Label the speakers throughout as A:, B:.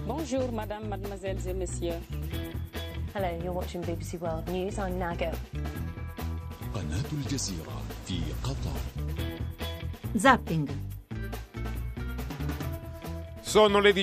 A: Bonjour, madame, mademoiselles et messieurs.
B: Hello, you're watching BBC World News. I'm Nago.
C: قناة الجزيرة في قطر.
D: Zapping.
E: Sono le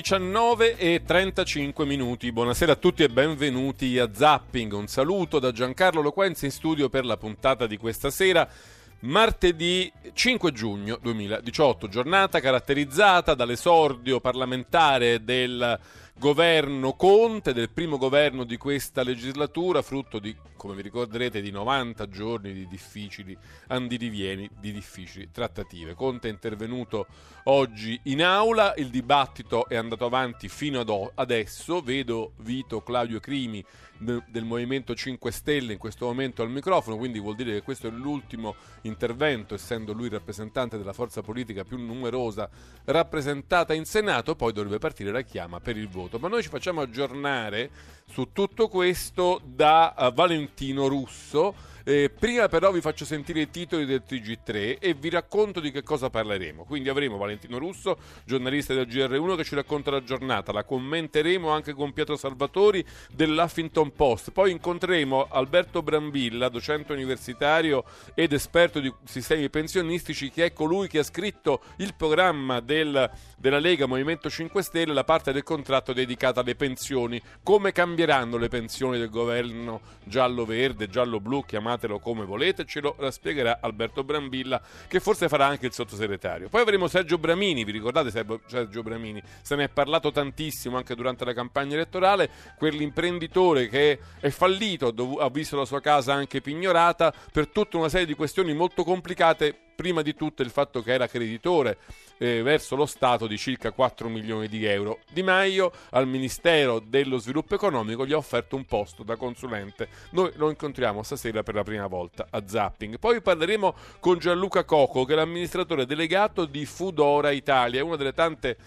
E: 19:35. Buonasera a tutti e benvenuti a Zapping. Un saluto da Giancarlo Loquenzi in studio per la puntata di questa sera. Martedì 5 giugno 2018, giornata caratterizzata dall'esordio parlamentare del governo Conte, del primo governo di questa legislatura, frutto di, come vi ricorderete, di 90 giorni di difficili andirivieni, di difficili trattative. Conte è intervenuto oggi in aula, il dibattito è andato avanti fino adesso. Vedo Vito Claudio Crimi del Movimento 5 Stelle in questo momento al microfono, quindi vuol dire che questo è l'ultimo intervento, essendo lui il rappresentante della forza politica più numerosa rappresentata in Senato. Poi dovrebbe partire la chiama per il voto, ma noi ci facciamo aggiornare su tutto questo da Valentino Russo. Prima però vi faccio sentire i titoli del TG3 e vi racconto di che cosa parleremo. Quindi avremo Valentino Russo, giornalista del GR1, che ci racconta la giornata, la commenteremo anche con Pietro Salvatori dell'Huffington Post, poi incontreremo Alberto Brambilla, docente universitario ed esperto di sistemi pensionistici, che è colui che ha scritto il programma della Lega Movimento 5 Stelle, la parte del contratto dedicata alle pensioni. Come cambieranno le pensioni del governo giallo-verde, giallo-blu, chiamatelo come volete, ce lo spiegherà Alberto Brambilla, che forse farà anche il sottosegretario. Poi avremo Sergio Bramini, vi ricordate Sergio Bramini? Se ne è parlato tantissimo anche durante la campagna elettorale, quell'imprenditore che è fallito, ha visto la sua casa anche pignorata per tutta una serie di questioni molto complicate. Prima di tutto il fatto che era creditore verso lo Stato di circa 4 milioni di euro. Di Maio al Ministero dello Sviluppo Economico gli ha offerto un posto da consulente. Noi lo incontriamo stasera per la prima volta a Zapping. Poi parleremo con Gianluca Coco, che è l'amministratore delegato di Foodora Italia, una delle tante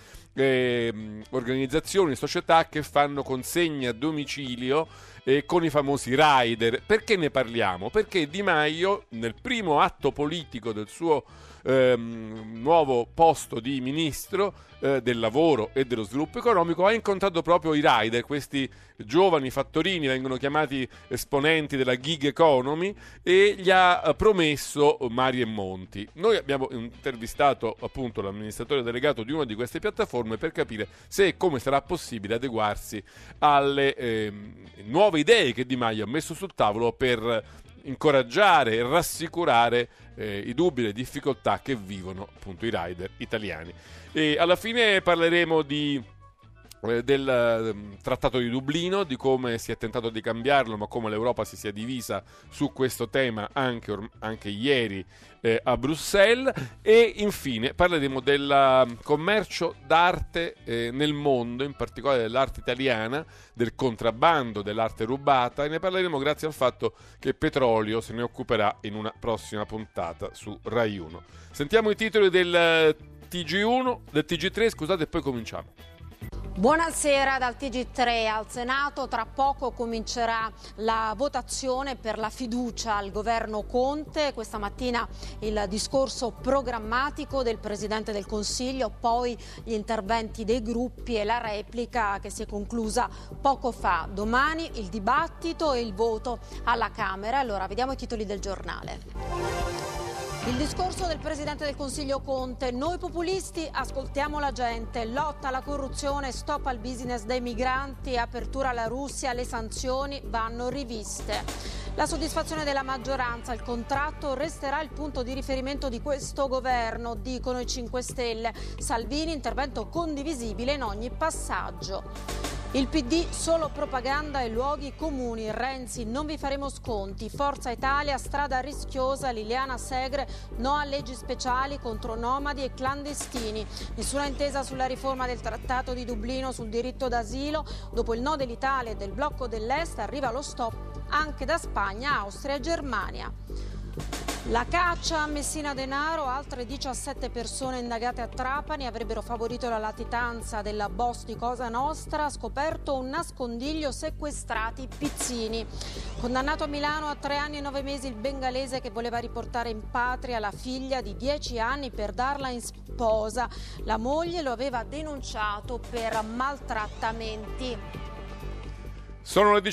E: organizzazioni, società che fanno consegne a domicilio con i famosi rider. Perché ne parliamo? Perché Di Maio, nel primo atto politico del suo nuovo posto di ministro del lavoro e dello sviluppo economico, ha incontrato proprio i rider, questi giovani fattorini, vengono chiamati esponenti della gig economy, e gli ha promesso mari e monti. Noi abbiamo intervistato appunto l'amministratore delegato di una di queste piattaforme per capire se e come sarà possibile adeguarsi alle nuove idee che Di Maio ha messo sul tavolo per incoraggiare e rassicurare i dubbi e le difficoltà che vivono appunto i rider italiani. E alla fine parleremo del Trattato di Dublino, di come si è tentato di cambiarlo, ma come l'Europa si sia divisa su questo tema anche ieri a Bruxelles. E infine parleremo del commercio d'arte nel mondo, in particolare dell'arte italiana, del contrabbando, dell'arte rubata, e ne parleremo grazie al fatto che Petrolio se ne occuperà in una prossima puntata su Rai 1. Sentiamo i titoli del TG3, scusate, e poi cominciamo.
F: Buonasera dal TG3 al Senato. Tra poco comincerà la votazione per la fiducia al governo Conte. Questa mattina il discorso programmatico del Presidente del Consiglio, poi gli interventi dei gruppi e la replica che si è conclusa poco fa. Domani il dibattito e il voto alla Camera. Allora, vediamo i titoli del giornale. Il discorso del Presidente del Consiglio Conte: noi populisti ascoltiamo la gente, lotta alla corruzione, stop al business dei migranti, apertura alla Russia, le sanzioni vanno riviste. La soddisfazione della maggioranza, il contratto resterà il punto di riferimento di questo governo, dicono i 5 Stelle. Salvini, intervento condivisibile in ogni passaggio. Il PD, solo propaganda e luoghi comuni. Renzi, non vi faremo sconti. Forza Italia, strada rischiosa. Liliana Segre, no a leggi speciali contro nomadi e clandestini. Nessuna intesa sulla riforma del Trattato di Dublino sul diritto d'asilo. Dopo il no dell'Italia e del blocco dell'Est arriva lo stop anche da Spagna, Austria e Germania. La caccia a Messina Denaro, altre 17 persone indagate a Trapani avrebbero favorito la latitanza della boss di Cosa Nostra, scoperto un nascondiglio, sequestrati pizzini. Condannato a Milano a 3 anni e 9 mesi il bengalese che voleva riportare in patria la figlia di 10 anni per darla in sposa. La moglie lo aveva denunciato per maltrattamenti.
E: Sono le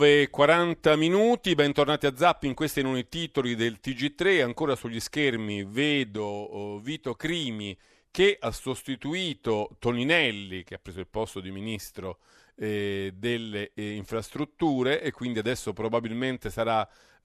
E: 19:40, bentornati a Zapping, questi erano i titoli del TG3, ancora sugli schermi vedo Vito Crimi che ha sostituito Toninelli, che ha preso il posto di ministro delle infrastrutture, e quindi adesso probabilmente sarà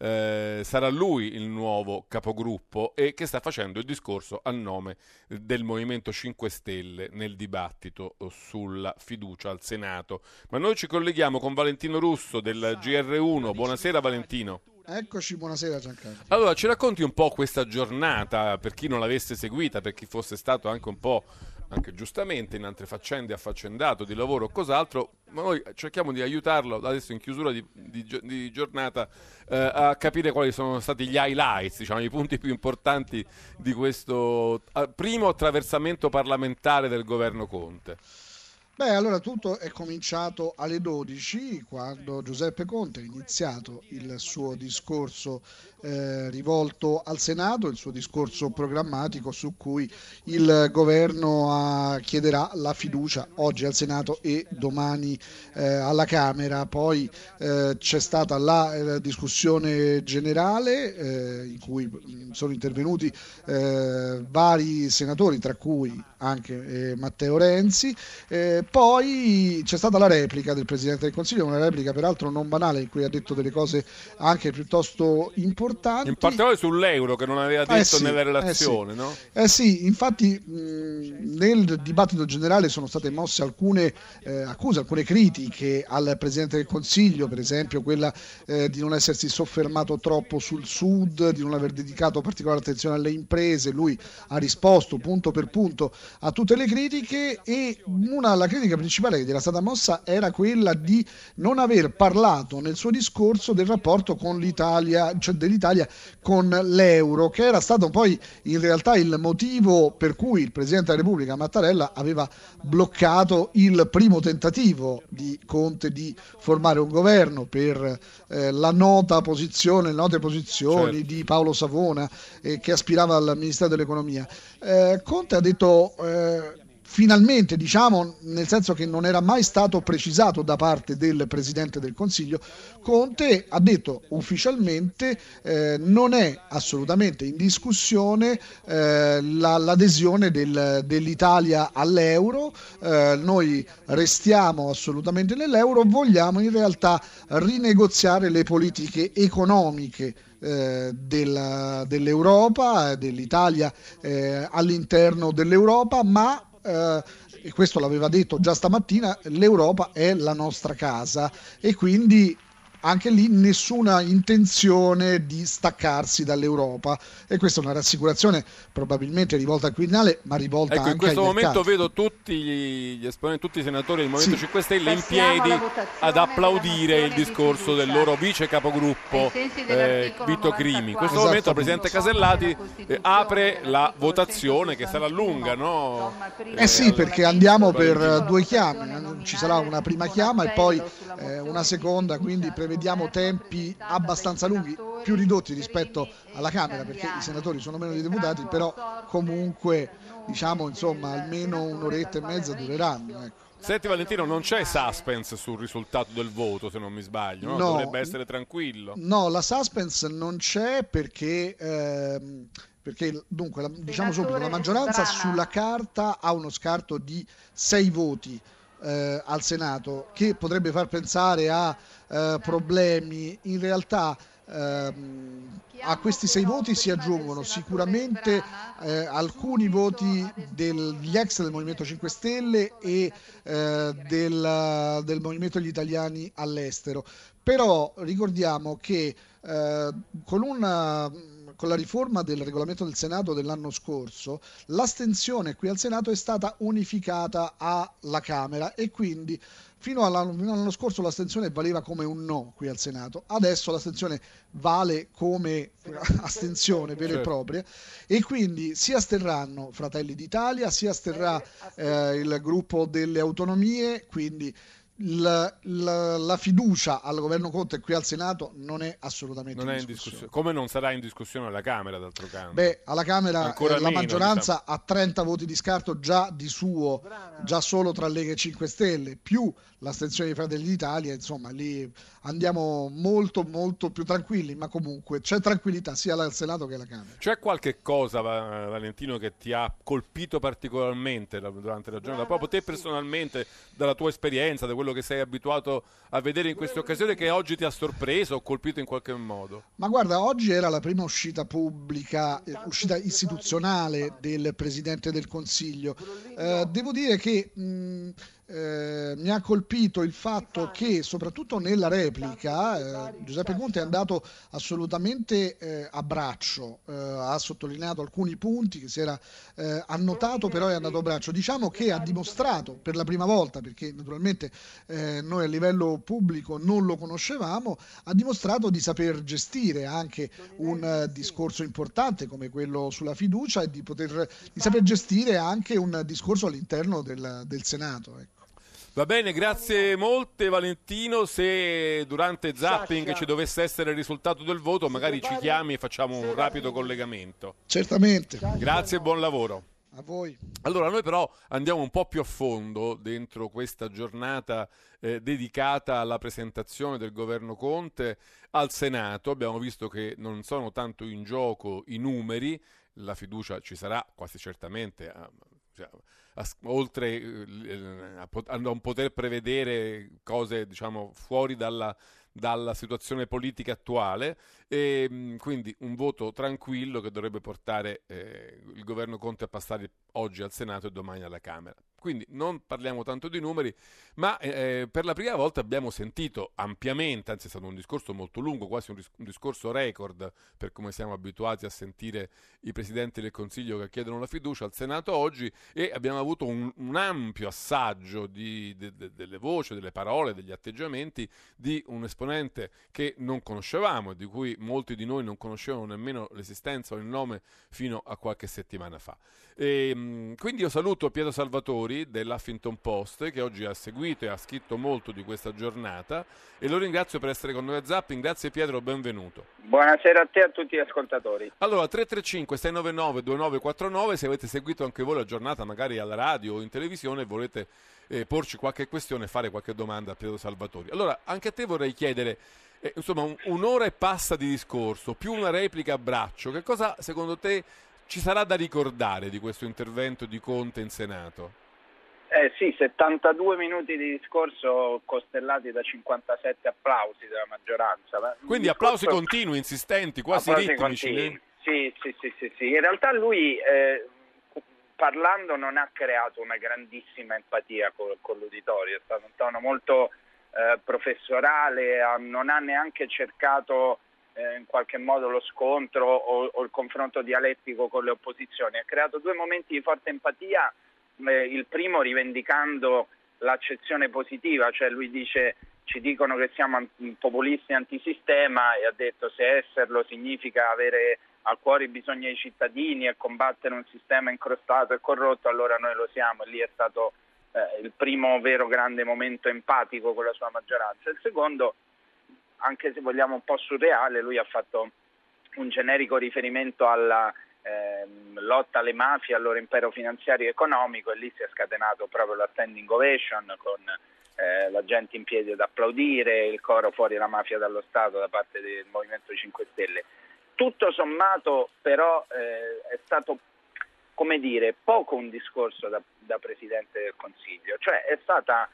E: lui il nuovo capogruppo, e che sta facendo il discorso a nome del Movimento 5 Stelle nel dibattito sulla fiducia al Senato. Ma noi ci colleghiamo con Valentino Russo del GR1. Buonasera Valentino.
G: Eccoci, buonasera Giancarlo.
E: Allora, ci racconti un po' questa giornata, per chi non l'avesse seguita, per chi fosse stato anche un po', anche giustamente, in altre faccende affaccendato di lavoro o cos'altro, ma noi cerchiamo di aiutarlo adesso in chiusura di giornata a capire quali sono stati gli highlights, diciamo, i punti più importanti di questo primo attraversamento parlamentare del governo Conte.
G: Beh, allora tutto è cominciato alle 12, quando Giuseppe Conte ha iniziato il suo discorso rivolto al Senato, il suo discorso programmatico su cui il governo chiederà la fiducia oggi al Senato e domani alla Camera. Poi c'è stata la discussione generale in cui sono intervenuti vari senatori, tra cui anche Matteo Renzi. Poi c'è stata la replica del Presidente del Consiglio, una replica peraltro non banale, in cui ha detto delle cose anche piuttosto importanti.
E: In particolare sull'euro, che non aveva detto nella relazione, no?
G: Sì, infatti nel dibattito generale sono state mosse alcune accuse, alcune critiche al Presidente del Consiglio, per esempio quella di non essersi soffermato troppo sul Sud, di non aver dedicato particolare attenzione alle imprese. Lui ha risposto punto per punto a tutte le critiche, e la critica principale che gli era stata mossa era quella di non aver parlato nel suo discorso del rapporto con l'Italia, cioè dell'Italia con l'euro, che era stato poi in realtà il motivo per cui il Presidente della Repubblica Mattarella aveva bloccato il primo tentativo di Conte di formare un governo per le note posizioni
E: certo,
G: di Paolo Savona, che aspirava al Ministero dell'Economia. Conte ha detto finalmente, diciamo, nel senso che non era mai stato precisato da parte del Presidente del Consiglio, Conte ha detto ufficialmente non è assolutamente in discussione l'adesione dell'Italia all'euro, noi restiamo assolutamente nell'euro, vogliamo in realtà rinegoziare le politiche economiche dell'Europa, dell'Italia all'interno dell'Europa, ma e questo l'aveva detto già stamattina, l'Europa è la nostra casa, e quindi anche lì nessuna intenzione di staccarsi dall'Europa, e questa è una rassicurazione probabilmente rivolta al Quirinale, ma rivolta anche ai mercati.
E: In questo momento vedo tutti gli esponenti, tutti i senatori del Movimento 5 Stelle in piedi ad applaudire il discorso del loro vice capogruppo Vito Crimi. In questo momento il Presidente Casellati apre la votazione, che sarà lunga, no?
G: Sì, perché andiamo per due chiame, ci sarà una prima chiama e poi una seconda, quindi vediamo tempi abbastanza lunghi, più ridotti rispetto alla Camera, perché i senatori sono meno dei deputati, però comunque diciamo insomma almeno un'oretta e mezza dureranno, ecco.
E: Senti Valentino, non c'è suspense sul risultato del voto, se non mi sbaglio, no? Dovrebbe essere tranquillo.
G: No, la suspense non c'è perché dunque diciamo subito, la maggioranza sulla carta ha uno scarto di 6 voti al Senato, che potrebbe far pensare a problemi. In realtà a questi 6 voti si aggiungono sicuramente alcuni voti degli ex del Movimento 5 Stelle e del Movimento degli Italiani all'estero. Però ricordiamo che con con la riforma del regolamento del Senato dell'anno scorso, l'astensione qui al Senato è stata unificata alla Camera e quindi fino all'anno scorso l'astensione valeva come un no qui al Senato, adesso l'astensione vale come astensione vera e propria e quindi si asterranno Fratelli d'Italia, si asterrà il gruppo delle autonomie, quindi la fiducia al governo Conte qui al Senato non è assolutamente in discussione.
E: Come non sarà in discussione alla Camera, d'altro canto?
G: Beh, alla Camera
E: Ancora
G: la
E: meno,
G: maggioranza
E: diciamo,
G: ha 30 voti di scarto già di suo, già solo tra Lega e 5 Stelle, più l'astensione di Fratelli d'Italia, insomma lì andiamo molto molto più tranquilli, ma comunque c'è tranquillità sia al Senato che alla Camera.
E: C'è qualche cosa, Valentino, che ti ha colpito particolarmente durante la giornata, proprio te personalmente, dalla tua esperienza, da quello che sei abituato a vedere in queste occasioni, che oggi ti ha sorpreso o colpito in qualche modo?
G: Ma guarda, oggi era la prima uscita pubblica, uscita istituzionale del Presidente del Consiglio. Devo dire che mi ha colpito il fatto che soprattutto nella replica Giuseppe Conte è andato assolutamente a braccio, ha sottolineato alcuni punti che si era annotato, però è andato a braccio. Diciamo che ha dimostrato per la prima volta, perché naturalmente noi a livello pubblico non lo conoscevamo, ha dimostrato di saper gestire anche un discorso importante come quello sulla fiducia e di saper gestire anche un discorso all'interno del Senato, ecco.
E: Va bene, grazie molte Valentino. Se durante Zapping ci dovesse essere il risultato del voto, magari ci chiami e facciamo un rapido collegamento.
G: Certamente.
E: Grazie e buon lavoro.
G: A voi.
E: Allora, noi però andiamo un po' più a fondo dentro questa giornata dedicata alla presentazione del governo Conte al Senato. Abbiamo visto che non sono tanto in gioco i numeri, la fiducia ci sarà quasi certamente, oltre a non poter prevedere cose, diciamo, fuori dalla situazione politica attuale, e quindi un voto tranquillo che dovrebbe portare il governo Conte a passare oggi al Senato e domani alla Camera. Quindi non parliamo tanto di numeri, ma per la prima volta abbiamo sentito ampiamente, anzi è stato un discorso molto lungo, quasi un discorso record per come siamo abituati a sentire i presidenti del Consiglio che chiedono la fiducia al Senato oggi, e abbiamo avuto un ampio assaggio delle voci, delle parole, degli atteggiamenti di un esponente che non conoscevamo e di cui molti di noi non conoscevano nemmeno l'esistenza o il nome fino a qualche settimana fa. Quindi io saluto Pietro Salvatori dell'Huffington Post, che oggi ha seguito e ha scritto molto di questa giornata, e lo ringrazio per essere con noi a Zapping. Grazie Pietro, benvenuto.
H: Buonasera a te e a tutti gli ascoltatori.
E: Allora, 335-699-2949, se avete seguito anche voi la giornata magari alla radio o in televisione e volete porci qualche questione, fare qualche domanda a Pietro Salvatori. Allora, anche a te vorrei chiedere, insomma, un'ora e passa di discorso, più una replica a braccio, che cosa secondo te ci sarà da ricordare di questo intervento di Conte in Senato?
H: Sì, 72 minuti di discorso costellati da 57 applausi della maggioranza.
E: Quindi applausi continui, insistenti, quasi ritmici.
H: Continui. Sì. In realtà lui parlando non ha creato una grandissima empatia con l'uditorio, è stato un tono molto professorale, non ha neanche cercato in qualche modo lo scontro o il confronto dialettico con le opposizioni. Ha creato due momenti di forte empatia, il primo rivendicando l'accezione positiva, cioè lui dice: ci dicono che siamo populisti antisistema, e ha detto: se esserlo significa avere al cuore i bisogni dei cittadini e combattere un sistema incrostato e corrotto, allora noi lo siamo. E lì è stato il primo vero grande momento empatico con la sua maggioranza. Il secondo, anche se vogliamo un po' surreale, lui ha fatto un generico riferimento alla lotta alle mafie, al loro impero finanziario e economico, e lì si è scatenato proprio la standing ovation con la gente in piedi ad applaudire, il coro fuori la mafia dallo Stato da parte del Movimento 5 Stelle. Tutto sommato però è stato, come dire, poco un discorso da Presidente del Consiglio, cioè è stata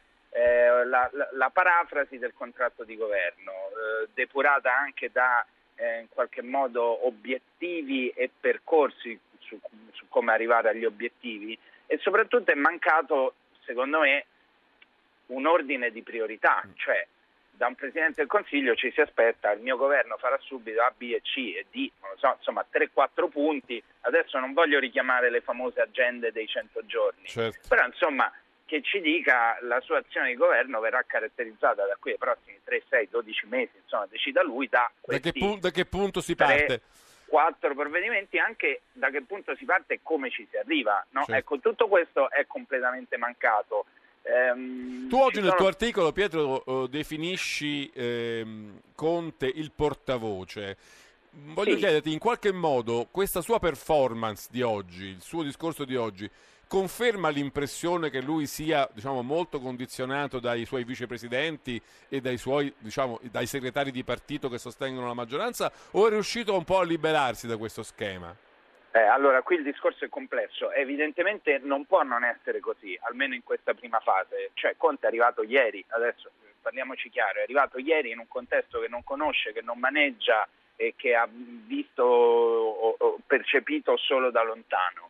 H: la parafrasi del contratto di governo, depurata anche da in qualche modo obiettivi e percorsi su come arrivare agli obiettivi, e soprattutto è mancato, secondo me, un ordine di priorità, cioè da un Presidente del Consiglio ci si aspetta: il mio governo farà subito A, B e C e D, non lo so, insomma 3-4 punti. Adesso non voglio richiamare le famose agende dei 100 giorni,
E: certo.
H: Però insomma che ci dica la sua azione di governo verrà caratterizzata da qui ai prossimi 3, 6, 12 mesi, insomma decida lui da
E: che punto si parte?
H: 4 provvedimenti, anche da che punto si parte e come ci si arriva, no?
E: Certo.
H: Ecco, tutto questo è completamente mancato.
E: Tu oggi nel tuo articolo, Pietro, definisci Conte il portavoce. Voglio chiederti, in qualche modo questa sua performance di oggi, il suo discorso di oggi, conferma l'impressione che lui sia, diciamo, molto condizionato dai suoi vicepresidenti e dai suoi, diciamo, dai segretari di partito che sostengono la maggioranza, o è riuscito un po' a liberarsi da questo schema?
H: Allora, qui il discorso è complesso. Evidentemente non può non essere così, almeno in questa prima fase. Cioè, Conte è arrivato ieri, adesso parliamoci chiaro, è arrivato ieri in un contesto che non conosce, che non maneggia e che ha visto o percepito solo da lontano.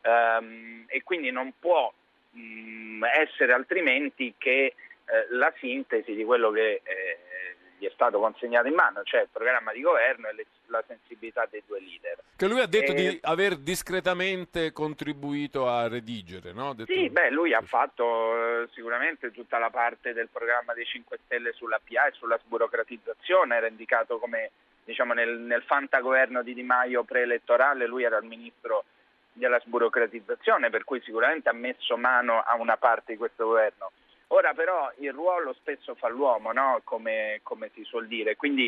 H: E quindi non può essere altrimenti che la sintesi di quello che gli è stato consegnato in mano, cioè il programma di governo e la sensibilità dei due leader.
E: Che lui ha detto di aver discretamente contribuito a redigere, no?
H: Sì, lui ha fatto sicuramente tutta la parte del programma dei 5 Stelle sulla PA e sulla sburocratizzazione, era indicato come, diciamo, nel fantagoverno di Di Maio preelettorale, lui era il ministro della sburocratizzazione, per cui sicuramente ha messo mano a una parte di questo governo. Ora però il ruolo spesso fa l'uomo, no? Come si suol dire, quindi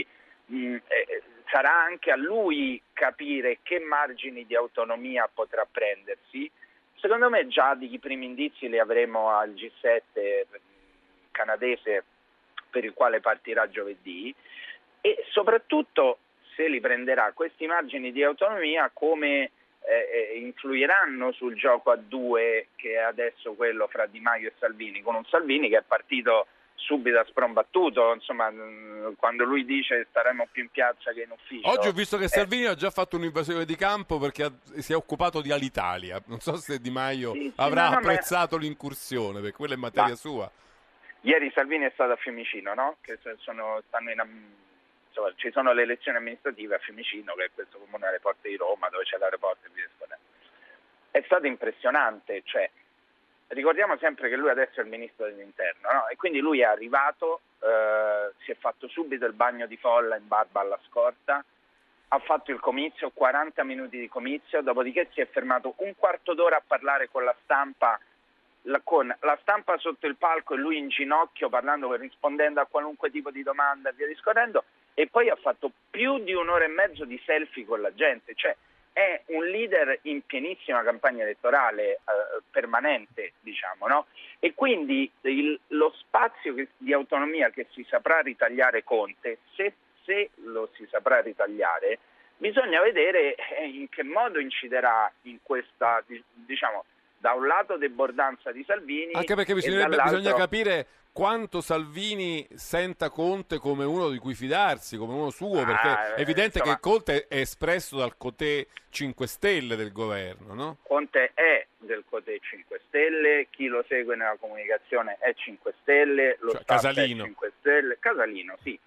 H: sarà anche a lui capire che margini di autonomia potrà prendersi. Secondo me già di primi indizi li avremo al G7 canadese, per il quale partirà giovedì, e soprattutto se li prenderà questi margini di autonomia, come influiranno sul gioco a due che è adesso quello fra Di Maio e Salvini, con un Salvini che è partito subito a sprombattuto, insomma, quando lui dice staremo più in piazza che in ufficio.
E: Oggi ho visto che Salvini ha già fatto un'invasione di campo perché si è occupato di Alitalia. Non so se Di Maio avrà apprezzato l'incursione, perché quella è materia sua.
H: Ieri Salvini è stato a Fiumicino, no? Che ci sono le elezioni amministrative a Fiumicino, che è questo comune alle porte di Roma, dove c'è l'aeroporto e via discorrendo. È stato impressionante, cioè ricordiamo sempre che lui adesso è il ministro dell'interno, no? E quindi lui è arrivato, si è fatto subito il bagno di folla in barba alla scorta, ha fatto il comizio, 40 minuti di comizio, dopodiché si è fermato un quarto d'ora a parlare con la stampa, con la stampa sotto il palco e lui in ginocchio parlando, rispondendo a qualunque tipo di domanda e via discorrendo, e poi ha fatto più di un'ora e mezzo di selfie con la gente, cioè è un leader in pienissima campagna elettorale permanente, diciamo, no? E quindi lo spazio di autonomia che si saprà ritagliare Conte, se lo si saprà ritagliare, bisogna vedere in che modo inciderà in questa, diciamo, da un lato debordanza di Salvini,
E: anche perché bisogna capire quanto Salvini senta Conte come uno di cui fidarsi, come uno suo, perché è evidente che Conte è espresso dal Cotè 5 Stelle del governo, no?
H: Conte è del Cotè 5 Stelle, chi lo segue nella comunicazione è 5 Stelle, lo staff
E: Casalino.
H: è 5 Stelle, Casalino, sì.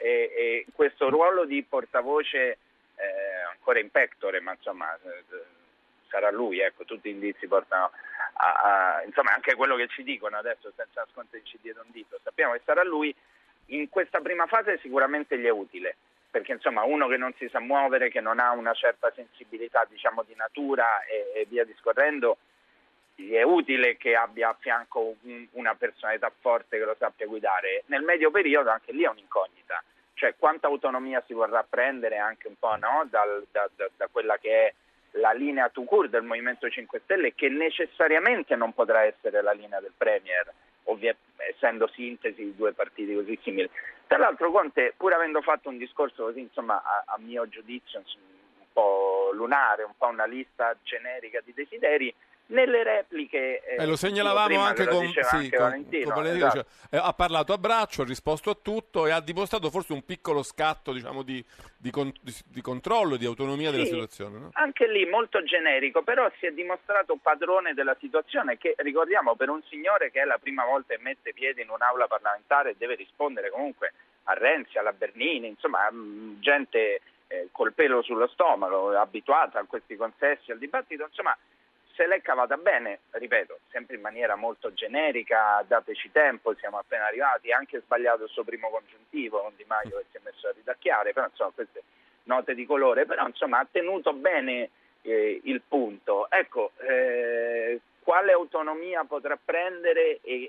H: E questo ruolo di portavoce ancora in pectore, ma insomma sarà lui, ecco, tutti gli indizi portano insomma anche quello che ci dicono adesso, senza nasconderci dietro un dito, sappiamo che sarà lui. In questa prima fase sicuramente gli è utile, perché insomma uno che non si sa muovere, che non ha una certa sensibilità, diciamo, di natura e via discorrendo, gli è utile che abbia a fianco una personalità forte che lo sappia guidare. Nel medio periodo anche lì è un'incognita, cioè quanta autonomia si vorrà prendere anche un po', no? da quella che è la linea tout court del Movimento 5 Stelle, che necessariamente non potrà essere la linea del Premier, essendo sintesi di due partiti così simili. Tra l'altro Conte, pur avendo fatto un discorso così, insomma, a mio giudizio un po' lunare, un po' una lista generica di desideri, nelle repliche
E: lo segnalavamo anche con
H: Valentino,
E: esatto. Cioè, ha parlato a braccio, ha risposto a tutto e ha dimostrato forse un piccolo scatto, diciamo, di controllo, di autonomia della situazione, no?
H: Anche lì molto generico, però si è dimostrato padrone della situazione, che ricordiamo, per un signore che è la prima volta che mette piede in un'aula parlamentare e deve rispondere comunque a Renzi, alla Bernini, insomma gente col pelo sullo stomaco, abituata a questi consessi, al dibattito, insomma se l'è cavata bene, ripeto, sempre in maniera molto generica, dateci tempo, siamo appena arrivati, anche sbagliato il suo primo congiuntivo con Di Maio che si è messo a ridacchiare, però insomma queste note di colore, però insomma ha tenuto bene il punto. Ecco, quale autonomia potrà prendere e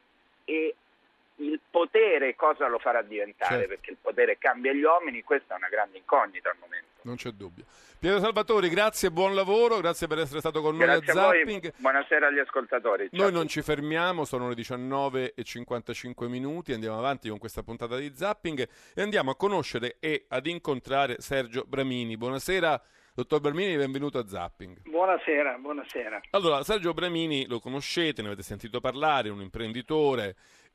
H: il potere cosa lo farà diventare,
E: certo.
H: Perché il potere cambia gli uomini, questa è una grande incognita al momento.
E: Non c'è dubbio. Piero Salvatori, grazie e buon lavoro, grazie per essere stato con noi
H: Grazie
E: a Zapping.
H: voi, buonasera agli ascoltatori. Ciao.
E: Noi non ci fermiamo, sono le 19:55, andiamo avanti con questa puntata di Zapping e andiamo a conoscere e ad incontrare Sergio Bramini. Buonasera, dottor Bramini, benvenuto a Zapping.
I: Buonasera.
E: Allora, Sergio Bramini lo conoscete, ne avete sentito parlare, un imprenditore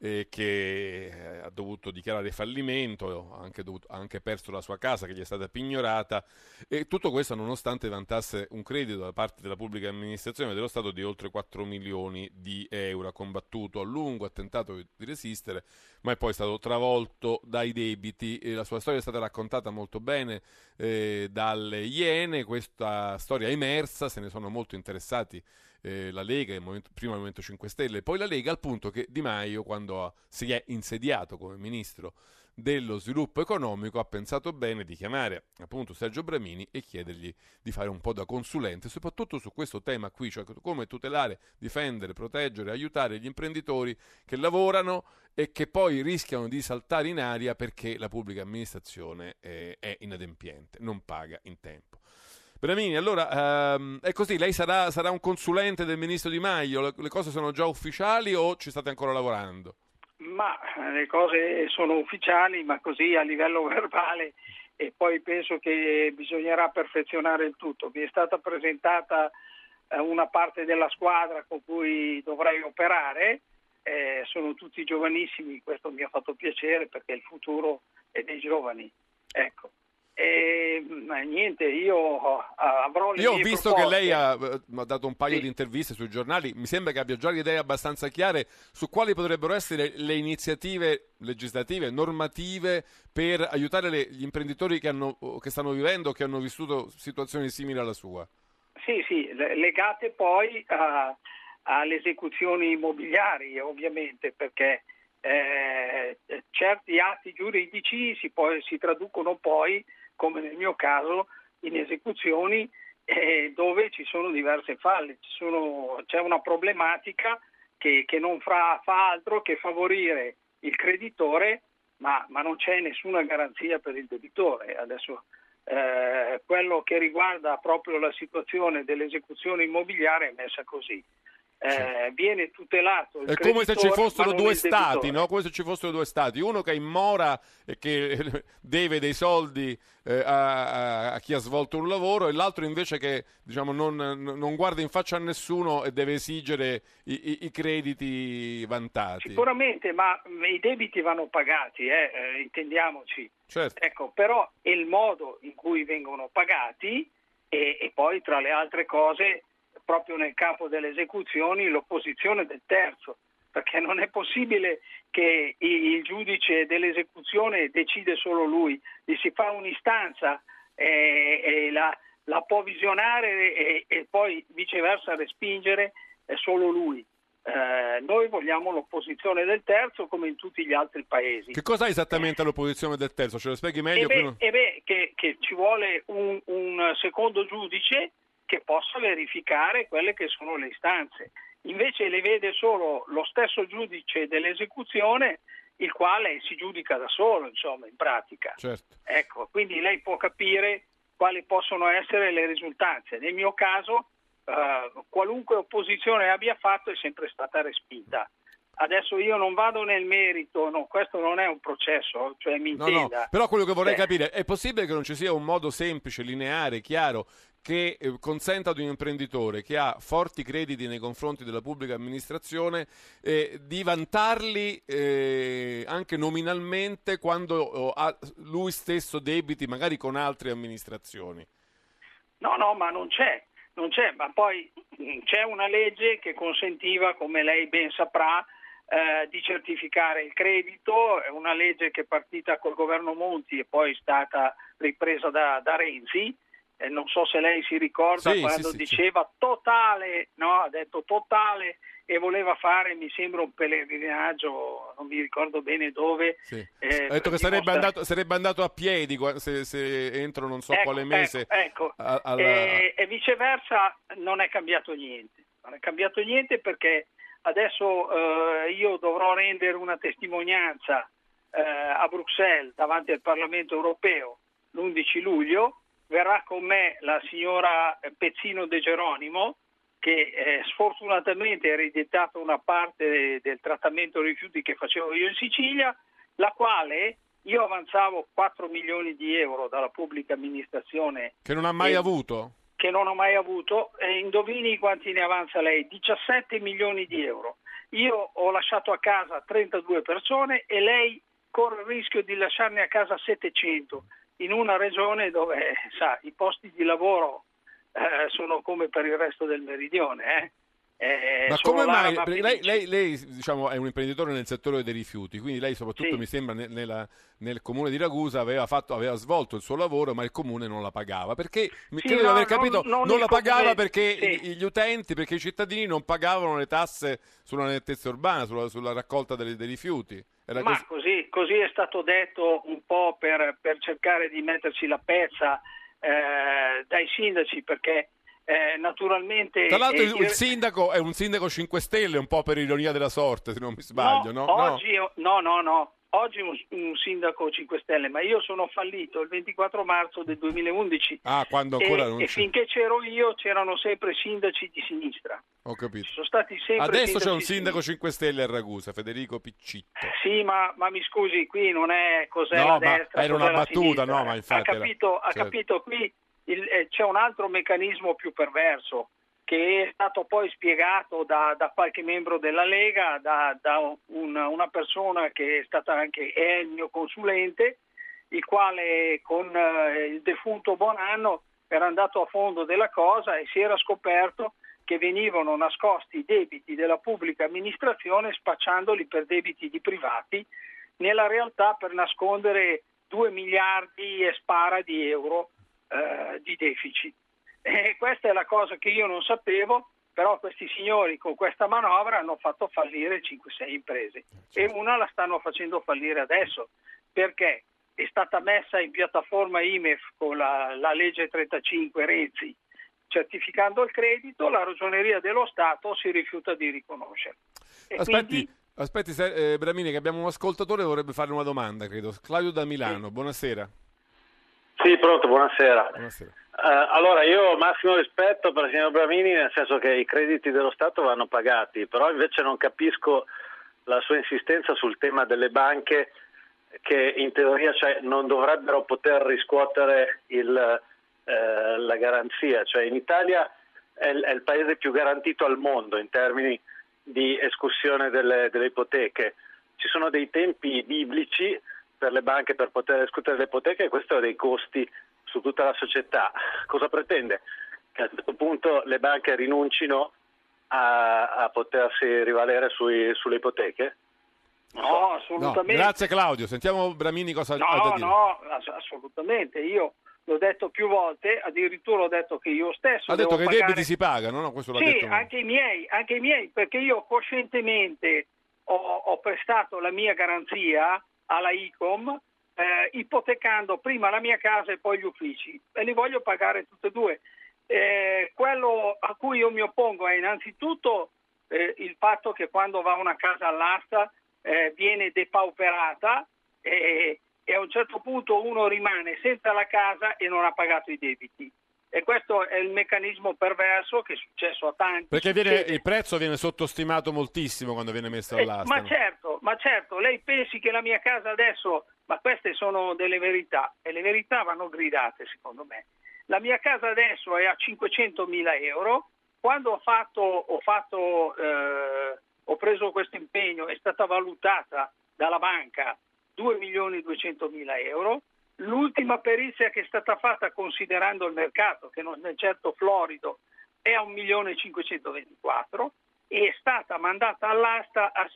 E: che ha dovuto dichiarare fallimento, ha anche perso la sua casa che gli è stata pignorata, e tutto questo nonostante vantasse un credito da parte della pubblica amministrazione dello Stato di oltre 4 milioni di euro. Ha combattuto a lungo, ha tentato di resistere, ma è poi stato travolto dai debiti e la sua storia è stata raccontata molto bene dalle Iene. Questa storia è emersa, se ne sono molto interessati la Lega, prima il Movimento 5 Stelle, poi la Lega, al punto che Di Maio, quando si è insediato come ministro dello sviluppo economico, ha pensato bene di chiamare appunto Sergio Bramini e chiedergli di fare un po' da consulente, soprattutto su questo tema qui, cioè come tutelare, difendere, proteggere, aiutare gli imprenditori che lavorano e che poi rischiano di saltare in aria perché la pubblica amministrazione è inadempiente, non paga in tempo. Bramini, allora è così, lei sarà un consulente del ministro Di Maio, le cose sono già ufficiali o ci state ancora lavorando?
I: Ma le cose sono ufficiali, ma così a livello verbale, e poi penso che bisognerà perfezionare il tutto. Mi è stata presentata una parte della squadra con cui dovrei operare, sono tutti giovanissimi, questo mi ha fatto piacere perché il futuro è dei giovani, ecco. Niente, io avrò le
E: Io ho
I: mie
E: visto
I: proposte.
E: che lei ha dato un paio di interviste sui giornali, mi sembra che abbia già le idee abbastanza chiare su quali potrebbero essere le iniziative legislative, normative per aiutare gli imprenditori che stanno vivendo, che hanno vissuto situazioni simili alla sua.
I: Sì, legate poi alle esecuzioni immobiliari, ovviamente, perché certi atti giuridici si traducono poi, come nel mio caso, in esecuzioni dove ci sono diverse falle, c'è una problematica che non fa altro che favorire il creditore, ma non c'è nessuna garanzia per il debitore. Adesso quello che riguarda proprio la situazione dell'esecuzione immobiliare è messa così. Viene tutelato il
E: creditore. È come se ci fossero due stati, no? Come se ci fossero due stati, uno che è in mora e che deve dei soldi a chi ha svolto un lavoro, e l'altro invece che non guarda in faccia a nessuno e deve esigere i crediti vantati.
I: Sicuramente, ma i debiti vanno pagati, intendiamoci.
E: Certo.
I: Ecco, però è il modo in cui vengono pagati e poi tra le altre cose, proprio nel campo delle esecuzioni, l'opposizione del terzo, perché non è possibile che il giudice dell'esecuzione decide solo lui, gli si fa un'istanza e la può visionare e poi viceversa respingere solo lui. Noi vogliamo l'opposizione del terzo come in tutti gli altri paesi.
E: Che cosa è esattamente l'opposizione del terzo? Ce lo spieghi meglio?
I: Che ci vuole un secondo giudice che possa verificare quelle che sono le istanze. Invece le vede solo lo stesso giudice dell'esecuzione, il quale si giudica da solo, insomma, in pratica.
E: Certo.
I: Ecco, quindi lei può capire quali possono essere le risultanze. Nel mio caso, qualunque opposizione abbia fatto è sempre stata respinta. Adesso io non vado nel merito, no, questo non è un processo, cioè mi intenda.
E: No, però quello che vorrei capire, è possibile che non ci sia un modo semplice, lineare, chiaro, che consenta ad un imprenditore che ha forti crediti nei confronti della pubblica amministrazione di vantarli anche nominalmente quando ha lui stesso debiti magari con altre amministrazioni?
I: No, ma non c'è, ma poi c'è una legge che consentiva, come lei ben saprà, di certificare il credito. È una legge che è partita col governo Monti e poi è stata ripresa da Renzi. Non so se lei si ricorda quando diceva totale, no? Ha detto totale e voleva fare, mi sembra, un pellegrinaggio, non mi ricordo bene dove.
E: Sì. Ha detto che sarebbe andato a piedi se entro non so quale mese.
I: Ecco. E viceversa non è cambiato niente. Non è cambiato niente perché adesso io dovrò rendere una testimonianza a Bruxelles davanti al Parlamento europeo l'11 luglio. Verrà con me la signora Pezzino De Geronimo, che sfortunatamente ha ereditato una parte del trattamento dei rifiuti che facevo io in Sicilia, la quale io avanzavo 4 milioni di euro dalla pubblica amministrazione.
E: Che non ha mai avuto?
I: Che non ho mai avuto. E indovini quanti ne avanza lei? 17 milioni di euro. Io ho lasciato a casa 32 persone e lei corre il rischio di lasciarne a casa 700. In una regione dove i posti di lavoro sono come per il resto del meridione.
E: Ma come mai? Lei diciamo, è un imprenditore nel settore dei rifiuti, quindi lei soprattutto mi sembra nel comune di Ragusa aveva svolto il suo lavoro, ma il comune non la pagava. Perché credo di aver capito, non la pagava perché gli utenti, perché i cittadini non pagavano le tasse sulla nettezza urbana, sulla raccolta dei rifiuti.
I: Ma così è stato detto un po' per cercare di metterci la pezza dai sindaci, perché naturalmente...
E: Tra l'altro il sindaco è un sindaco 5 Stelle, un po' per ironia della sorte, se non mi sbaglio, no?
I: Oggi un sindaco 5 Stelle, ma io sono fallito il 24 marzo del 2011.
E: Quando ancora non
I: e finché c'ero io c'erano sempre sindaci di sinistra.
E: Ho capito.
I: Ci sono stati sempre
E: adesso c'è un sindaco 5 Stelle a Ragusa, Federico Piccitto.
I: Sì, ma mi scusi, qui non è
E: la
I: destra,
E: era una battuta, no, ma infatti
I: ha capito, qui c'è un altro meccanismo più perverso che è stato poi spiegato da qualche membro della Lega, da una persona che è il mio consulente, il quale con il defunto Bonanno era andato a fondo della cosa e si era scoperto che venivano nascosti i debiti della pubblica amministrazione spacciandoli per debiti di privati, nella realtà per nascondere 2 miliardi e spara di euro di deficit. E questa è la cosa che io non sapevo, però questi signori con questa manovra hanno fatto fallire 5-6 imprese e una la stanno facendo fallire adesso perché è stata messa in piattaforma IMEF con la legge 35 Renzi, certificando il credito, la Ragioneria dello Stato si rifiuta di riconoscere.
E: Aspetti Bramini, che abbiamo un ascoltatore che vorrebbe fare una domanda, credo. Claudio da Milano, buonasera.
J: Sì, pronto, buonasera.
E: Buonasera.
J: Allora, io ho massimo rispetto per il signor Bramini, nel senso che i crediti dello Stato vanno pagati, però invece non capisco la sua insistenza sul tema delle banche che in teoria non dovrebbero poter riscuotere la garanzia. Cioè in Italia è il paese più garantito al mondo in termini di escussione delle ipoteche. Ci sono dei tempi biblici per le banche per poter escutere le ipoteche e questo ha dei costi su tutta la società. Cosa pretende? Che a questo punto le banche rinuncino a potersi rivalere sulle ipoteche?
I: No, assolutamente.
E: No, grazie Claudio, sentiamo Bramini cosa ha da dire.
I: No, assolutamente, io l'ho detto più volte, addirittura ho detto che io stesso
E: ha detto che
I: pagare...
E: i debiti si pagano, no? Questo l'ha detto.
I: Anche i miei, perché io coscientemente ho prestato la mia garanzia alla ICOM ipotecando prima la mia casa e poi gli uffici e li voglio pagare tutte e due. Quello a cui io mi oppongo è innanzitutto il fatto che quando va una casa all'asta viene depauperata e a un certo punto uno rimane senza la casa e non ha pagato i debiti. E questo è il meccanismo perverso che è successo a tanti.
E: Perché il prezzo viene sottostimato moltissimo quando viene messo all'asta.
I: Ma certo, lei pensi che la mia casa adesso, ma queste sono delle verità e le verità vanno gridate secondo me. La mia casa adesso è a 500.000 euro, quando ho preso questo impegno è stata valutata dalla banca 2.200.000 euro. L'ultima perizia che è stata fatta considerando il mercato, che non è certo florido, è a 1.524.000. è stata mandata all'asta a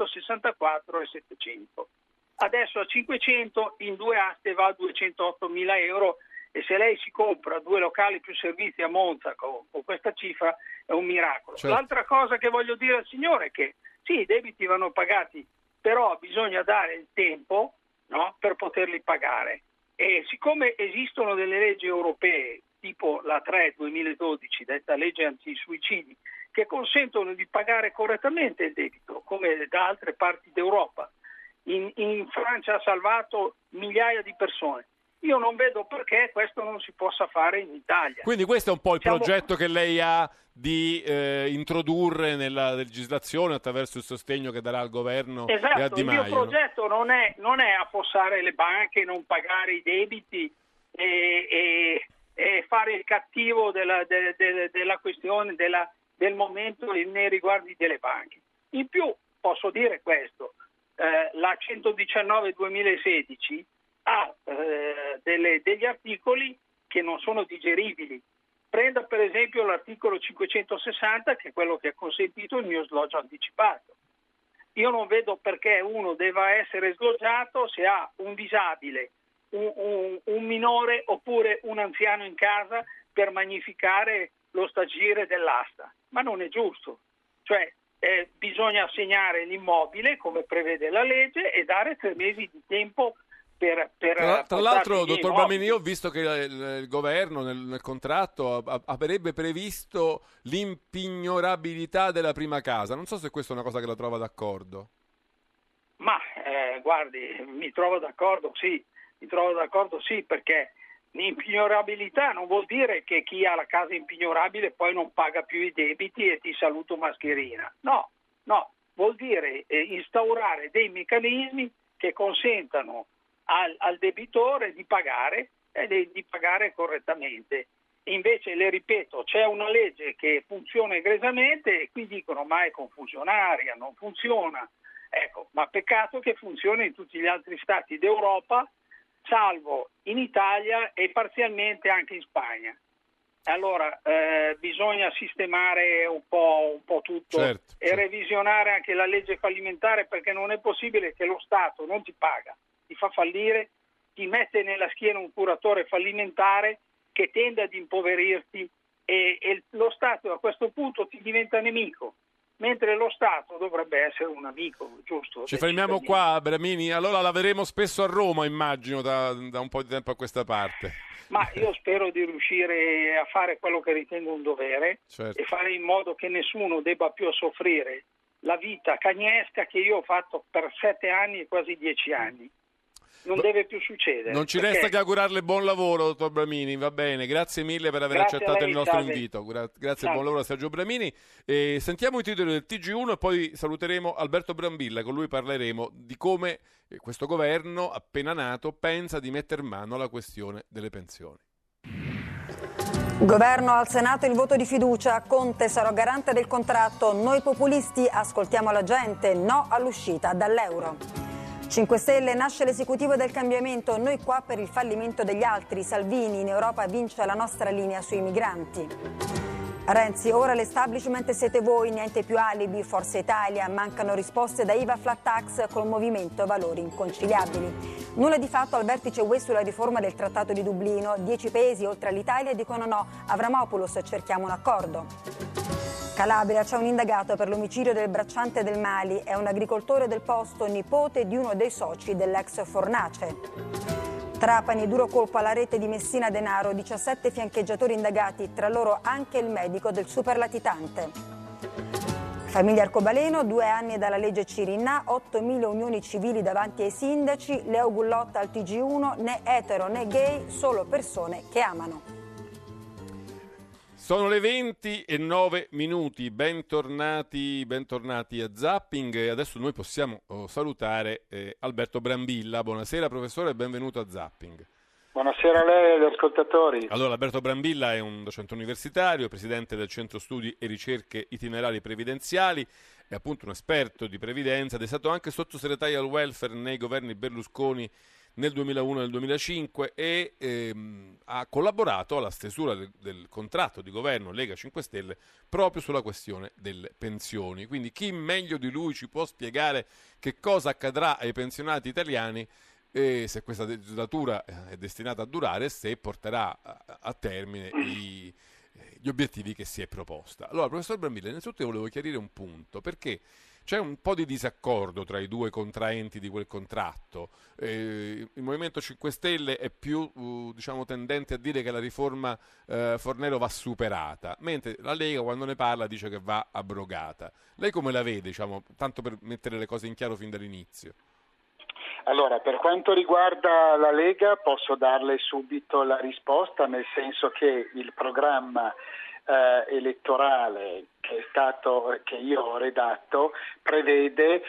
I: 664.700. Adesso a 500 in 2 aste va a 208.000 euro, e se lei si compra 2 locali più servizi a Monza con questa cifra è un miracolo.
E: Certo.
I: L'altra cosa che voglio dire al signore è che sì, i debiti vanno pagati, però bisogna dare il tempo, no, per poterli pagare. E siccome esistono delle leggi europee, tipo la 3/2012, detta legge antisuicidi, che consentono di pagare correttamente il debito, come da altre parti d'Europa, in Francia ha salvato migliaia di persone. Io non vedo perché questo non si possa fare in Italia.
E: Quindi questo è un po' il progetto che lei ha di introdurre nella legislazione attraverso il sostegno che darà al governo e a Di Maio.
I: Il mio progetto non è affossare le banche, non pagare i debiti e fare il cattivo della questione del momento nei riguardi delle banche. In più posso dire questo, la 119/2016 ha degli articoli che non sono digeribili. Prenda per esempio l'articolo 560, che è quello che ha consentito il mio sloggio anticipato. Io non vedo perché uno debba essere sloggiato se ha un disabile, un minore oppure un anziano in casa per magnificare lo stagire dell'asta. Ma non è giusto. Cioè bisogna assegnare l'immobile come prevede la legge e dare 3 mesi di tempo tra
E: l'altro, dottor Bramini, io ho visto che il governo nel contratto avrebbe previsto l'impignorabilità della prima casa. Non so se questa è una cosa che la trova d'accordo.
I: Ma guardi, mi trovo d'accordo sì, perché l'impignorabilità non vuol dire che chi ha la casa impignorabile poi non paga più i debiti e ti saluto mascherina. No, vuol dire instaurare dei meccanismi che consentano al debitore di pagare e di pagare correttamente. Invece, le ripeto, c'è una legge che funziona egregiamente e qui dicono ma è confusionaria, non funziona. Ecco, ma peccato che funzioni in tutti gli altri stati d'Europa, salvo in Italia e parzialmente anche in Spagna. Allora bisogna sistemare un po' tutto, certo, e revisionare anche la legge fallimentare, perché non è possibile che lo Stato non ti paga, ti fa fallire, ti mette nella schiena un curatore fallimentare che tende ad impoverirti e lo Stato a questo punto ti diventa nemico, mentre lo Stato dovrebbe essere un amico, giusto?
E: Ci fermiamo qua, Bramini, allora la vedremo spesso a Roma, immagino, da un po' di tempo a questa parte.
I: Ma io spero di riuscire a fare quello che ritengo un dovere, certo, e fare in modo che nessuno debba più soffrire la vita cagnesca che io ho fatto per 7 anni e quasi 10 anni. Non deve più succedere.
E: Non ci resta che augurarle buon lavoro, dottor Bramini, va bene. Grazie mille per aver accettato il nostro invito. Grazie e buon lavoro a Sergio Bramini. Sentiamo i titoli del TG1 e poi saluteremo Alberto Brambilla. Con lui parleremo di come questo governo appena nato pensa di metter mano alla questione delle pensioni.
K: Governo al Senato il voto di fiducia. Conte sarà garante del contratto. Noi populisti ascoltiamo la gente. No all'uscita dall'euro. 5 Stelle, nasce l'esecutivo del cambiamento, noi qua per il fallimento degli altri. Salvini, in Europa vince la nostra linea sui migranti. Renzi, ora l'establishment siete voi, niente più alibi. Forza Italia, mancano risposte da IVA flat tax col movimento valori inconciliabili. Nulla di fatto al vertice UE sulla riforma del Trattato di Dublino. 10 paesi oltre all'Italia dicono no. Avramopoulos, cerchiamo un accordo. Calabria, c'è un indagato per l'omicidio del bracciante del Mali, è un agricoltore del posto, nipote di uno dei soci dell'ex Fornace. Trapani, duro colpo alla rete di Messina Denaro, 17 fiancheggiatori indagati, tra loro anche il medico del superlatitante. Famiglia Arcobaleno, 2 anni dalla legge Cirinnà, 8.000 unioni civili davanti ai sindaci, Leo Gullotta al TG1, né etero né gay, solo persone che amano.
E: Sono le 20:09, bentornati a Zapping. Adesso noi possiamo salutare Alberto Brambilla. Buonasera professore e benvenuto a Zapping.
L: Buonasera a lei e agli ascoltatori.
E: Allora, Alberto Brambilla è un docente universitario, presidente del Centro Studi e Ricerche Itinerari Previdenziali, è appunto un esperto di previdenza ed è stato anche sottosegretario al welfare nei governi Berlusconi nel 2001 e nel 2005 e ha collaborato alla stesura del contratto di governo Lega 5 Stelle proprio sulla questione delle pensioni. Quindi chi meglio di lui ci può spiegare che cosa accadrà ai pensionati italiani se questa legislatura è destinata a durare e se porterà a termine gli obiettivi che si è proposta. Allora, professor Brambilla, innanzitutto io volevo chiarire un punto, perché c'è un po' di disaccordo tra i due contraenti di quel contratto. Il Movimento 5 Stelle è più tendente a dire che la riforma Fornero va superata, mentre la Lega quando ne parla dice che va abrogata. Lei come la vede, tanto per mettere le cose in chiaro fin dall'inizio?
L: Allora, per quanto riguarda la Lega posso darle subito la risposta, nel senso che il programma elettorale che io ho redatto prevede,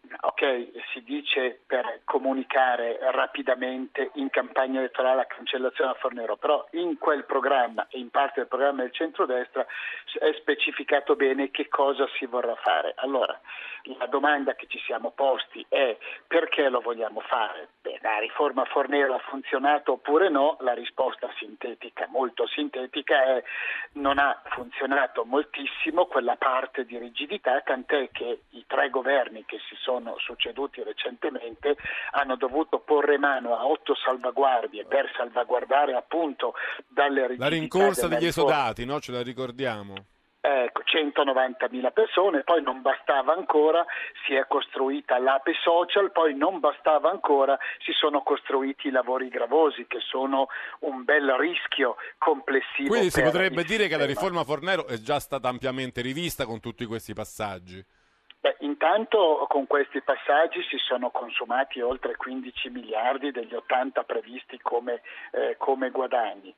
L: si dice per comunicare rapidamente in campagna elettorale la cancellazione a Fornero, però in quel programma e in parte del programma del centrodestra è specificato bene che cosa si vorrà fare. Allora, la domanda che ci siamo posti è: perché lo vogliamo fare? La riforma Fornero ha funzionato oppure no? La risposta sintetica, molto sintetica, è: non ha funzionato moltissimo quella parte di rigidità, tant'è che i 3 governi che si sono succeduti recentemente hanno dovuto porre mano a 8 salvaguardie per salvaguardare appunto dalle rigidità.
E: La rincorsa degli esodati, no? Ce la ricordiamo.
L: 190.000 persone, poi non bastava ancora, si è costruita l'Ape Social, poi non bastava ancora, si sono costruiti i lavori gravosi, che sono un bel rischio complessivo.
E: Quindi si potrebbe dire che la riforma Fornero è già stata ampiamente rivista con tutti questi passaggi.
L: Intanto con questi passaggi si sono consumati oltre 15 miliardi degli 80 previsti come guadagni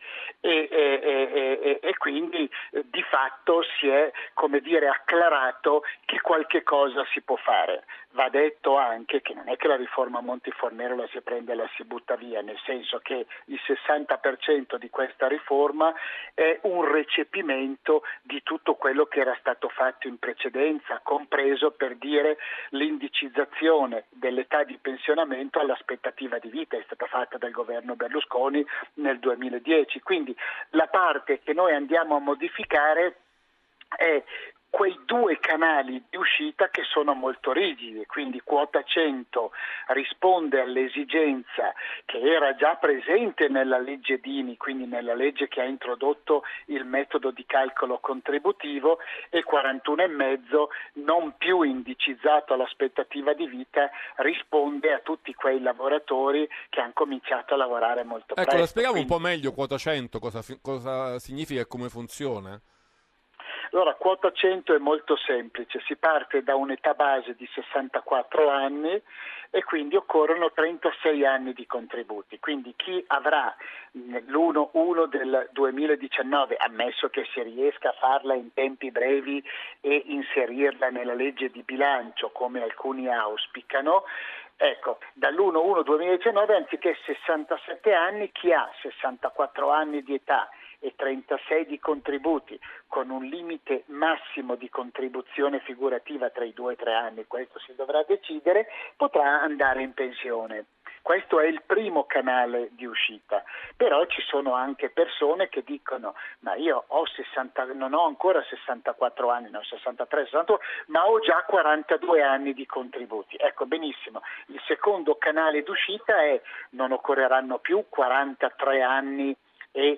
L: e quindi di fatto si è, acclarato che qualche cosa si può fare. Va detto anche che non è che la riforma Monti-Fornero la si prende e la si butta via, nel senso che il 60% di questa riforma è un recepimento di tutto quello che era stato fatto in precedenza, compreso, per dire, l'indicizzazione dell'età di pensionamento all'aspettativa di vita, è stata fatta dal governo Berlusconi nel 2010. Quindi la parte che noi andiamo a modificare è quei 2 canali di uscita che sono molto rigidi, quindi quota 100 risponde all'esigenza che era già presente nella legge Dini, quindi nella legge che ha introdotto il metodo di calcolo contributivo, e 41,5 non più indicizzato all'aspettativa di vita risponde a tutti quei lavoratori che hanno cominciato a lavorare molto presto.
E: Ecco, la spiegavo un po' meglio quota 100, cosa significa e come funziona?
L: Allora, quota 100 è molto semplice, si parte da un'età base di 64 anni e quindi occorrono 36 anni di contributi, quindi chi avrà l'1 del 2019, ammesso che si riesca a farla in tempi brevi e inserirla nella legge di bilancio come alcuni auspicano, ecco, dall'1/1/2019 anziché 67 anni, chi ha 64 anni di età e 36 di contributi, con un limite massimo di contribuzione figurativa tra i 2 e 3 anni, questo si dovrà decidere, potrà andare in pensione. Questo è il primo canale di uscita, però ci sono anche persone che dicono: ma io non ho ancora 64 anni, no, 63, 62, ma ho già 42 anni di contributi. Ecco, benissimo, il secondo canale di uscita è: non occorreranno più 43 anni e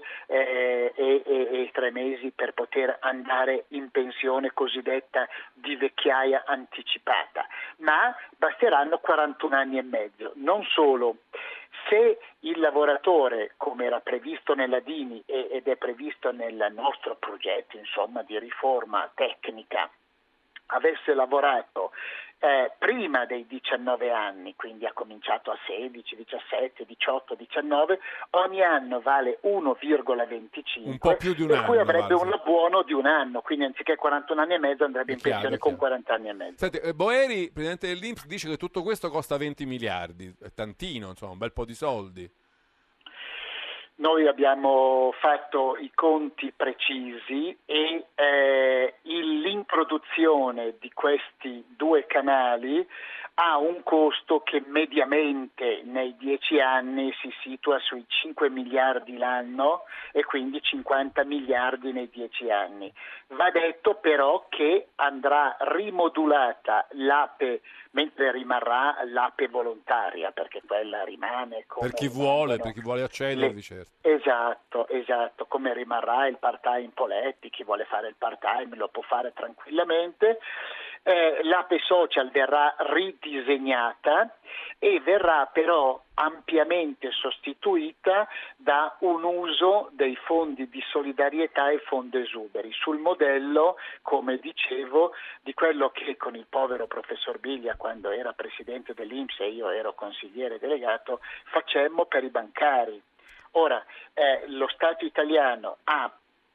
L: 3 mesi per poter andare in pensione cosiddetta di vecchiaia anticipata, ma basteranno 41 anni e mezzo. Non solo, se il lavoratore, come era previsto nella Dini ed è previsto nel nostro progetto, di riforma tecnica, avesse lavorato prima dei 19 anni, quindi ha cominciato a 16, 17, 18, 19, ogni anno vale 1,25,
E: un po' più di un
L: per
E: anno,
L: cui avrebbe un buono di un anno, quindi anziché 41 anni e mezzo andrebbe in pensione con 40 anni e mezzo.
E: Senti, Boeri, presidente dell'INPS, dice che tutto questo costa 20 miliardi, è tantino, un bel po' di soldi.
L: Noi abbiamo fatto i conti precisi e l'introduzione di questi 2 canali ha un costo che mediamente nei 10 anni si situa sui 5 miliardi l'anno e quindi 50 miliardi nei 10 anni. Va detto però che andrà rimodulata l'APE, mentre rimarrà l'APE volontaria, perché quella rimane come...
E: Per chi vuole accedervi, certo.
L: Esatto, come rimarrà il part-time Poletti, chi vuole fare il part-time lo può fare tranquillamente. L'APE social verrà ridisegnata e verrà però ampiamente sostituita da un uso dei fondi di solidarietà e fondi esuberi, sul modello, come dicevo, di quello che con il povero professor Biglia, quando era presidente dell'INPS e io ero consigliere delegato, facemmo per i bancari. Ora, lo Stato italiano ha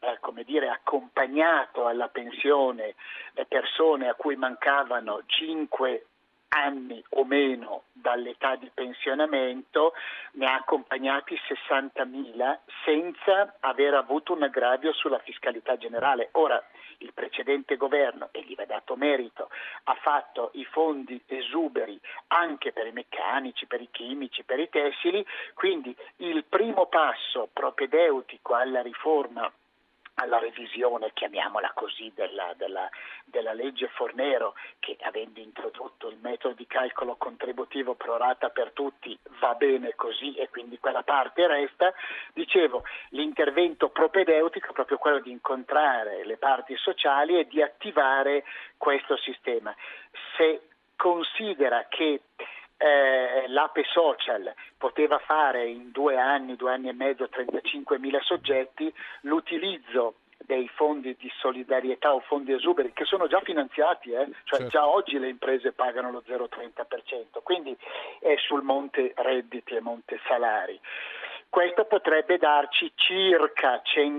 L: accompagnato alla pensione persone a cui mancavano 5 anni o meno dall'età di pensionamento, ne ha accompagnati 60.000 senza aver avuto un aggravio sulla fiscalità generale. Ora, il precedente governo, e gli va dato merito, ha fatto i fondi esuberi anche per i meccanici, per i chimici, per i tessili, quindi il primo passo propedeutico alla riforma, alla revisione, chiamiamola così, della legge Fornero, che avendo introdotto il metodo di calcolo contributivo pro rata per tutti va bene così e quindi quella parte resta. Dicevo, l'intervento propedeutico è proprio quello di incontrare le parti sociali e di attivare questo sistema. Se considera che l'APE social poteva fare in 2 anni e mezzo 35.000 soggetti, l'utilizzo dei fondi di solidarietà o fondi esuberi che sono già finanziati, certo. Già oggi le imprese pagano lo 0,30%, quindi è sul monte redditi e monte salari. Questo potrebbe darci circa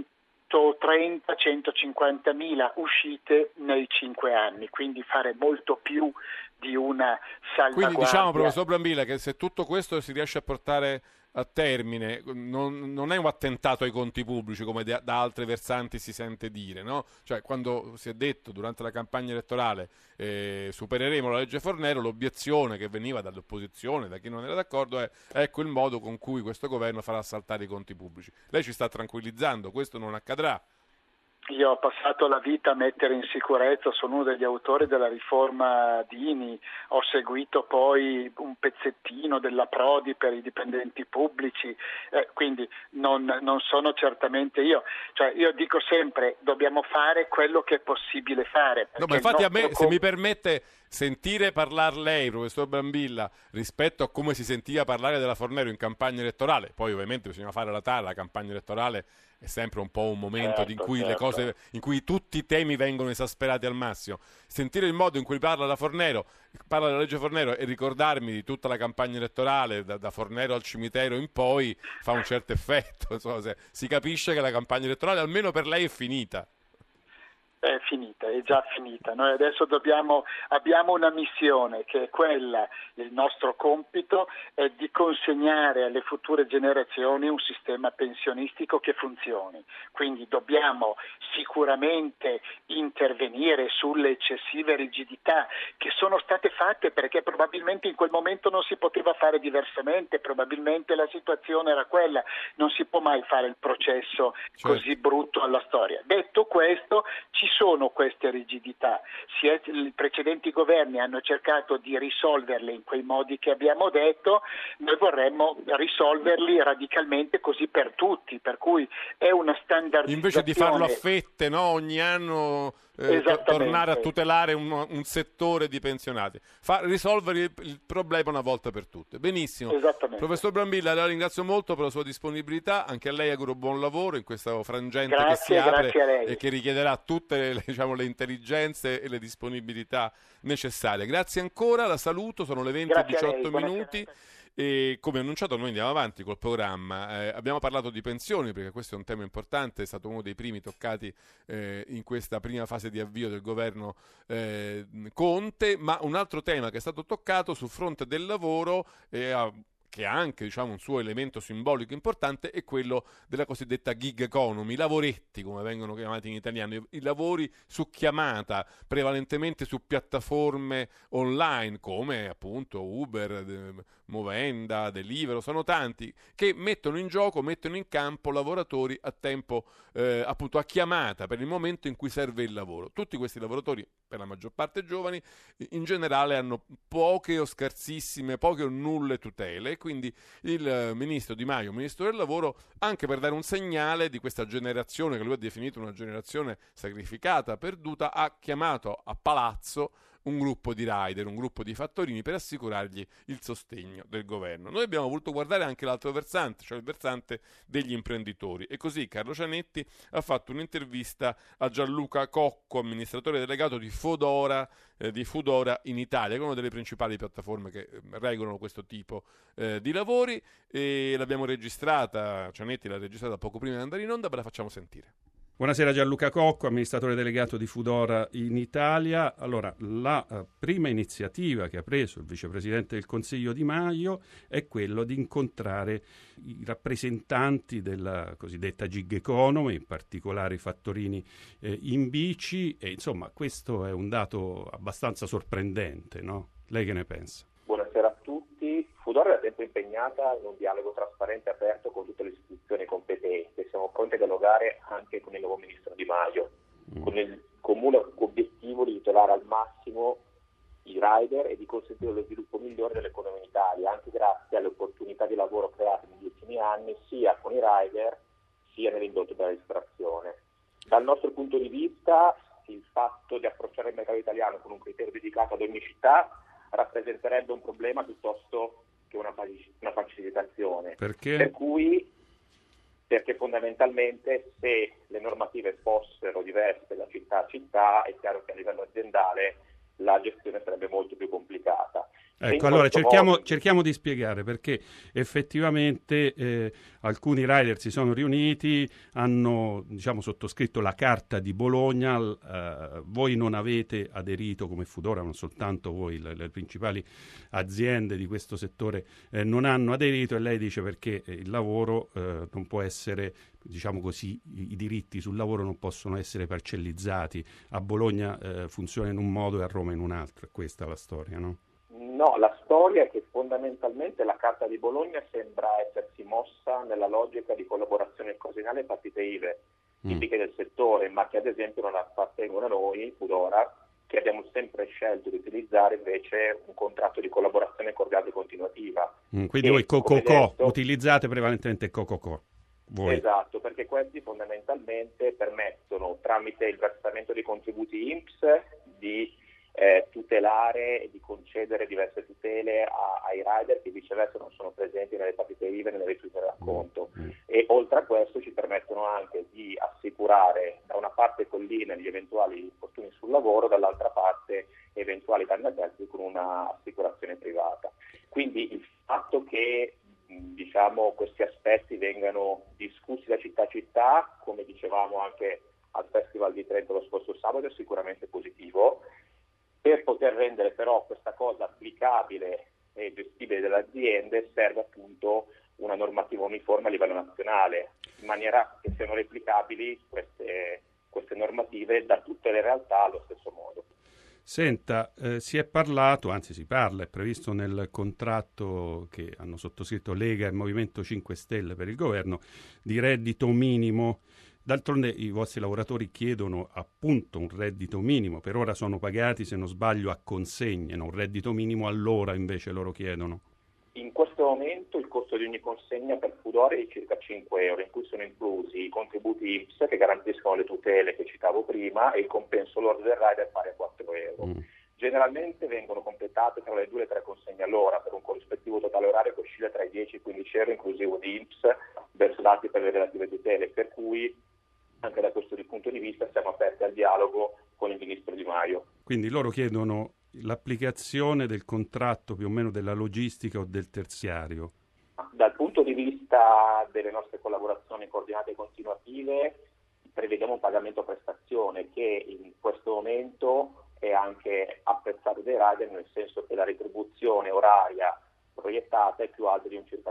L: 130-150.000 uscite nei 5 anni, quindi fare molto più di una salvaguardia.
E: Quindi diciamo, professor Brambilla, che se tutto questo si riesce a portare a termine, non è un attentato ai conti pubblici come da altre versanti si sente dire, no? Cioè, quando si è detto durante la campagna elettorale supereremo la legge Fornero, l'obiezione che veniva dall'opposizione, da chi non era d'accordo, è ecco il modo con cui questo governo farà saltare i conti pubblici. Lei ci sta tranquillizzando, questo non accadrà.
L: Io ho passato la vita a mettere in sicurezza, sono uno degli autori della riforma Dini, ho seguito poi un pezzettino della Prodi per i dipendenti pubblici, quindi non sono certamente io. Cioè, io dico sempre, dobbiamo fare quello che è possibile fare.
E: No, ma infatti a me, se mi permette, sentire parlare lei, professor Brambilla, rispetto a come si sentiva parlare della Fornero in campagna elettorale, poi ovviamente bisogna fare la tara, la campagna elettorale è sempre un po' un momento in cui le cose, in cui tutti i temi vengono esasperati al massimo. Sentire il modo in cui parla della legge Fornero e ricordarmi di tutta la campagna elettorale da Fornero al cimitero in poi fa un certo effetto. Insomma, si capisce che la campagna elettorale almeno per lei è finita.
L: È finita, è già finita. Noi adesso abbiamo una missione che è quella, il nostro compito è di consegnare alle future generazioni un sistema pensionistico che funzioni. Quindi dobbiamo sicuramente intervenire sulle eccessive rigidità che sono state fatte perché probabilmente in quel momento non si poteva fare diversamente, probabilmente la situazione era quella, non si può mai fare il processo così brutto alla storia. Detto questo, ci sono queste rigidità, i precedenti governi hanno cercato di risolverle in quei modi che abbiamo detto, noi vorremmo risolverli radicalmente così per tutti, per cui è una standardizzazione.
E: Invece di farlo a fette, no? Ogni anno tornare a tutelare un settore di pensionati, risolvere il problema una volta per tutte. Benissimo. Professor Brambilla, la ringrazio molto per la sua disponibilità, anche a lei auguro buon lavoro in questo frangente che si apre e che richiederà tutte le intelligenze e le disponibilità necessarie. Grazie ancora, la saluto, sono le 20:18 minuti. E come annunciato noi andiamo avanti col programma, abbiamo parlato di pensioni perché questo è un tema importante, è stato uno dei primi toccati in questa prima fase di avvio del governo Conte, ma un altro tema che è stato toccato sul fronte del lavoro che ha anche un suo elemento simbolico importante, è quello della cosiddetta gig economy, i lavoretti come vengono chiamati in italiano, i lavori su chiamata, prevalentemente su piattaforme online come appunto Uber, Movenda, Deliveroo, sono tanti che mettono in gioco, mettono in campo lavoratori a tempo appunto a chiamata per il momento in cui serve il lavoro. Tutti questi lavoratori, per la maggior parte giovani, in generale hanno poche o scarsissime, poche o nulle tutele, quindi il ministro Di Maio, ministro del lavoro, anche per dare un segnale di questa generazione che lui ha definito una generazione sacrificata, perduta, ha chiamato a palazzo un gruppo di rider, un gruppo di fattorini per assicurargli il sostegno del governo. Noi abbiamo voluto guardare anche l'altro versante, cioè il versante degli imprenditori, e così Carlo Cianetti ha fatto un'intervista a Gianluca Cocco, amministratore delegato di Foodora in Italia, che è una delle principali piattaforme che regolano questo tipo di lavori, e l'abbiamo registrata, Cianetti l'ha registrata poco prima di andare in onda, ve la facciamo sentire.
M: Buonasera Gianluca Cocco, amministratore delegato di Foodora in Italia. Allora, la prima iniziativa che ha preso il vicepresidente del Consiglio Di Maio è quello di incontrare i rappresentanti della cosiddetta gig economy, in particolare i fattorini in bici, e insomma questo è un dato abbastanza sorprendente, no? Lei che ne pensa?
N: Buonasera a tutti. Foodora è da tempo impegnata in un dialogo trasparente e aperto con tutte le istituzioni competenti. Siamo pronti a dialogare anche con il nuovo ministro Di Maio, con il comune obiettivo di tutelare al massimo i rider e di consentire lo sviluppo migliore dell'economia in Italia, anche grazie alle opportunità di lavoro create negli ultimi anni sia con i rider sia nell'indotto della ristorazione. Dal nostro punto di vista, il fatto di approcciare il mercato italiano con un criterio dedicato ad ogni città rappresenterebbe un problema piuttosto che una facilitazione.
M: Perché?
N: Perché fondamentalmente se le normative fossero diverse da città a città, è chiaro che a livello aziendale la gestione sarebbe molto più complicata.
M: Ecco, allora cerchiamo di spiegare, perché effettivamente alcuni rider si sono riuniti, hanno sottoscritto la Carta di Bologna, voi non avete aderito come Foodora, non soltanto voi, le principali aziende di questo settore non hanno aderito, e lei dice perché il lavoro non può essere, i diritti sul lavoro non possono essere parcellizzati, a Bologna funziona in un modo e a Roma in un altro, è questa la storia, no?
N: No, la storia è che fondamentalmente la Carta di Bologna sembra essersi mossa nella logica di collaborazione occasionale e partite IVA tipiche del settore, ma che ad esempio non appartengono a noi, Foodora, che abbiamo sempre scelto di utilizzare invece un contratto di collaborazione cordiale e continuativa.
M: Quindi voi co-co-co, utilizzate prevalentemente co-co-co. Voi.
N: Esatto, perché questi fondamentalmente permettono, tramite il versamento di contributi INPS, di tutelare e di concedere diverse tutele ai rider che viceversa non sono presenti nelle partite IVA e nelle risultati del racconto. E oltre a questo ci permettono anche di assicurare da una parte collina gli eventuali infortuni sul lavoro, dall'altra parte eventuali danni a terzi con un'assicurazione privata. Quindi il fatto che questi aspetti vengano discussi da città a città, come dicevamo anche al Festival di Trento lo scorso sabato, è sicuramente positivo. Per poter rendere però questa cosa applicabile e gestibile dalle aziende serve appunto una normativa uniforme a livello nazionale, in maniera che siano replicabili queste normative da tutte le realtà allo stesso modo.
M: Senta, si è parlato, anzi si parla, è previsto nel contratto che hanno sottoscritto Lega e Movimento 5 Stelle per il governo, di reddito minimo. D'altronde i vostri lavoratori chiedono appunto un reddito minimo, per ora sono pagati, se non sbaglio, a consegne, un reddito minimo all'ora invece loro chiedono.
N: In questo momento il costo di ogni consegna per Foodora è di circa 5 euro, in cui sono inclusi i contributi INPS che garantiscono le tutele che citavo prima e il compenso lordo del rider pari a 4 euro. Generalmente vengono completate tra le 2 e le 3 consegne all'ora per un corrispettivo totale orario che oscilla tra i 10 e i 15 euro inclusivo di INPS versati per le relative tutele, per cui anche da questo punto di vista siamo aperti al dialogo con il ministro Di Maio.
M: Quindi loro chiedono l'applicazione del contratto più o meno della logistica o del terziario?
N: Dal punto di vista delle nostre collaborazioni coordinate e continuative prevediamo un pagamento a prestazione che in questo momento è anche apprezzato dai rider, nel senso che la retribuzione oraria proiettata è più alta di un circa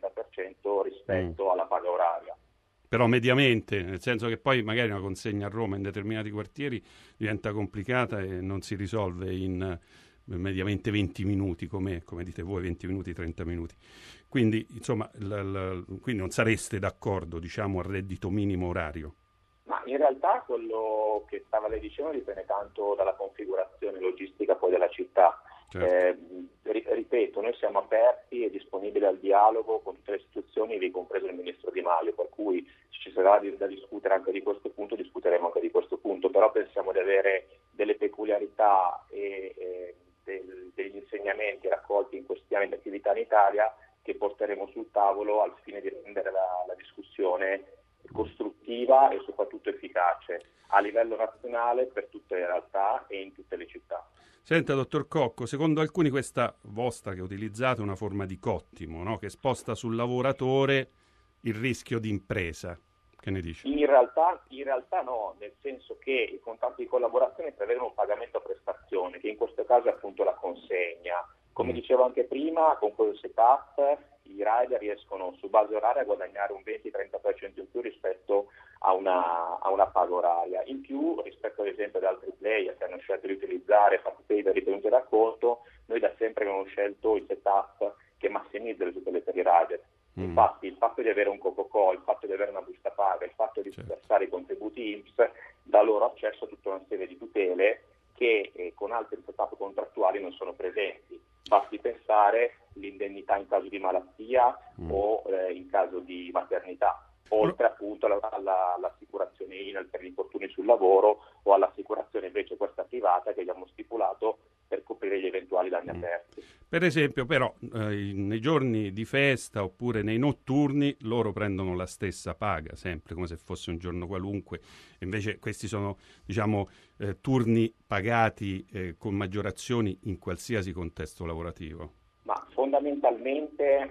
N: 20-30% rispetto alla paga oraria.
M: Però mediamente, nel senso che poi magari una consegna a Roma in determinati quartieri diventa complicata e non si risolve in mediamente 20 minuti, come dite voi, 20 minuti, 30 minuti. Quindi, insomma, quindi non sareste d'accordo, diciamo, al reddito minimo orario?
N: Ma in realtà quello che stava lei dicendo dipende tanto dalla configurazione logistica poi della città. Certo. Ripeto, noi siamo aperti e disponibili al dialogo con tutte le istituzioni, ivi compreso il Ministro Di Maio, per cui ci sarà da discutere anche di questo punto, discuteremo anche di questo punto, però pensiamo di avere delle peculiarità e degli insegnamenti raccolti in questi anni di attività in Italia che porteremo sul tavolo al fine di rendere la discussione costruttiva e soprattutto efficace a livello nazionale per tutte le realtà e in tutte le città.
M: Senta, dottor Cocco, secondo alcuni questa vostra che utilizzate è una forma di cottimo, no? Che sposta sul lavoratore il rischio di impresa. Che ne dice?
N: In realtà no, nel senso che i contratti di collaborazione prevedono un pagamento a prestazione, che in questo caso è appunto la consegna. Come dicevo anche prima, con quel setup i rider riescono su base oraria a guadagnare un 20-30% in più rispetto a una paga oraria. In più, rispetto ad esempio ad altri player che hanno scelto di utilizzare partite da ritenuti da conto, noi da sempre abbiamo scelto il setup che massimizza le tutele per i rider. Infatti il fatto di avere un co-co, il fatto di avere una busta paga, il fatto di versare i contributi INPS dà loro accesso a tutta una serie di tutele che con altri setup contrattuali non sono presenti. Basti pensare l'indennità in caso di malattia o in caso di maternità, oltre appunto all'assicurazione INAL per gli infortuni sul lavoro o all'assicurazione invece questa privata che abbiamo stipulato per coprire gli eventuali danni aperti.
M: Per esempio, però, nei giorni di festa oppure nei notturni loro prendono la stessa paga, sempre come se fosse un giorno qualunque. Invece questi sono, diciamo, turni pagati con maggiorazioni in qualsiasi contesto lavorativo.
N: Ma fondamentalmente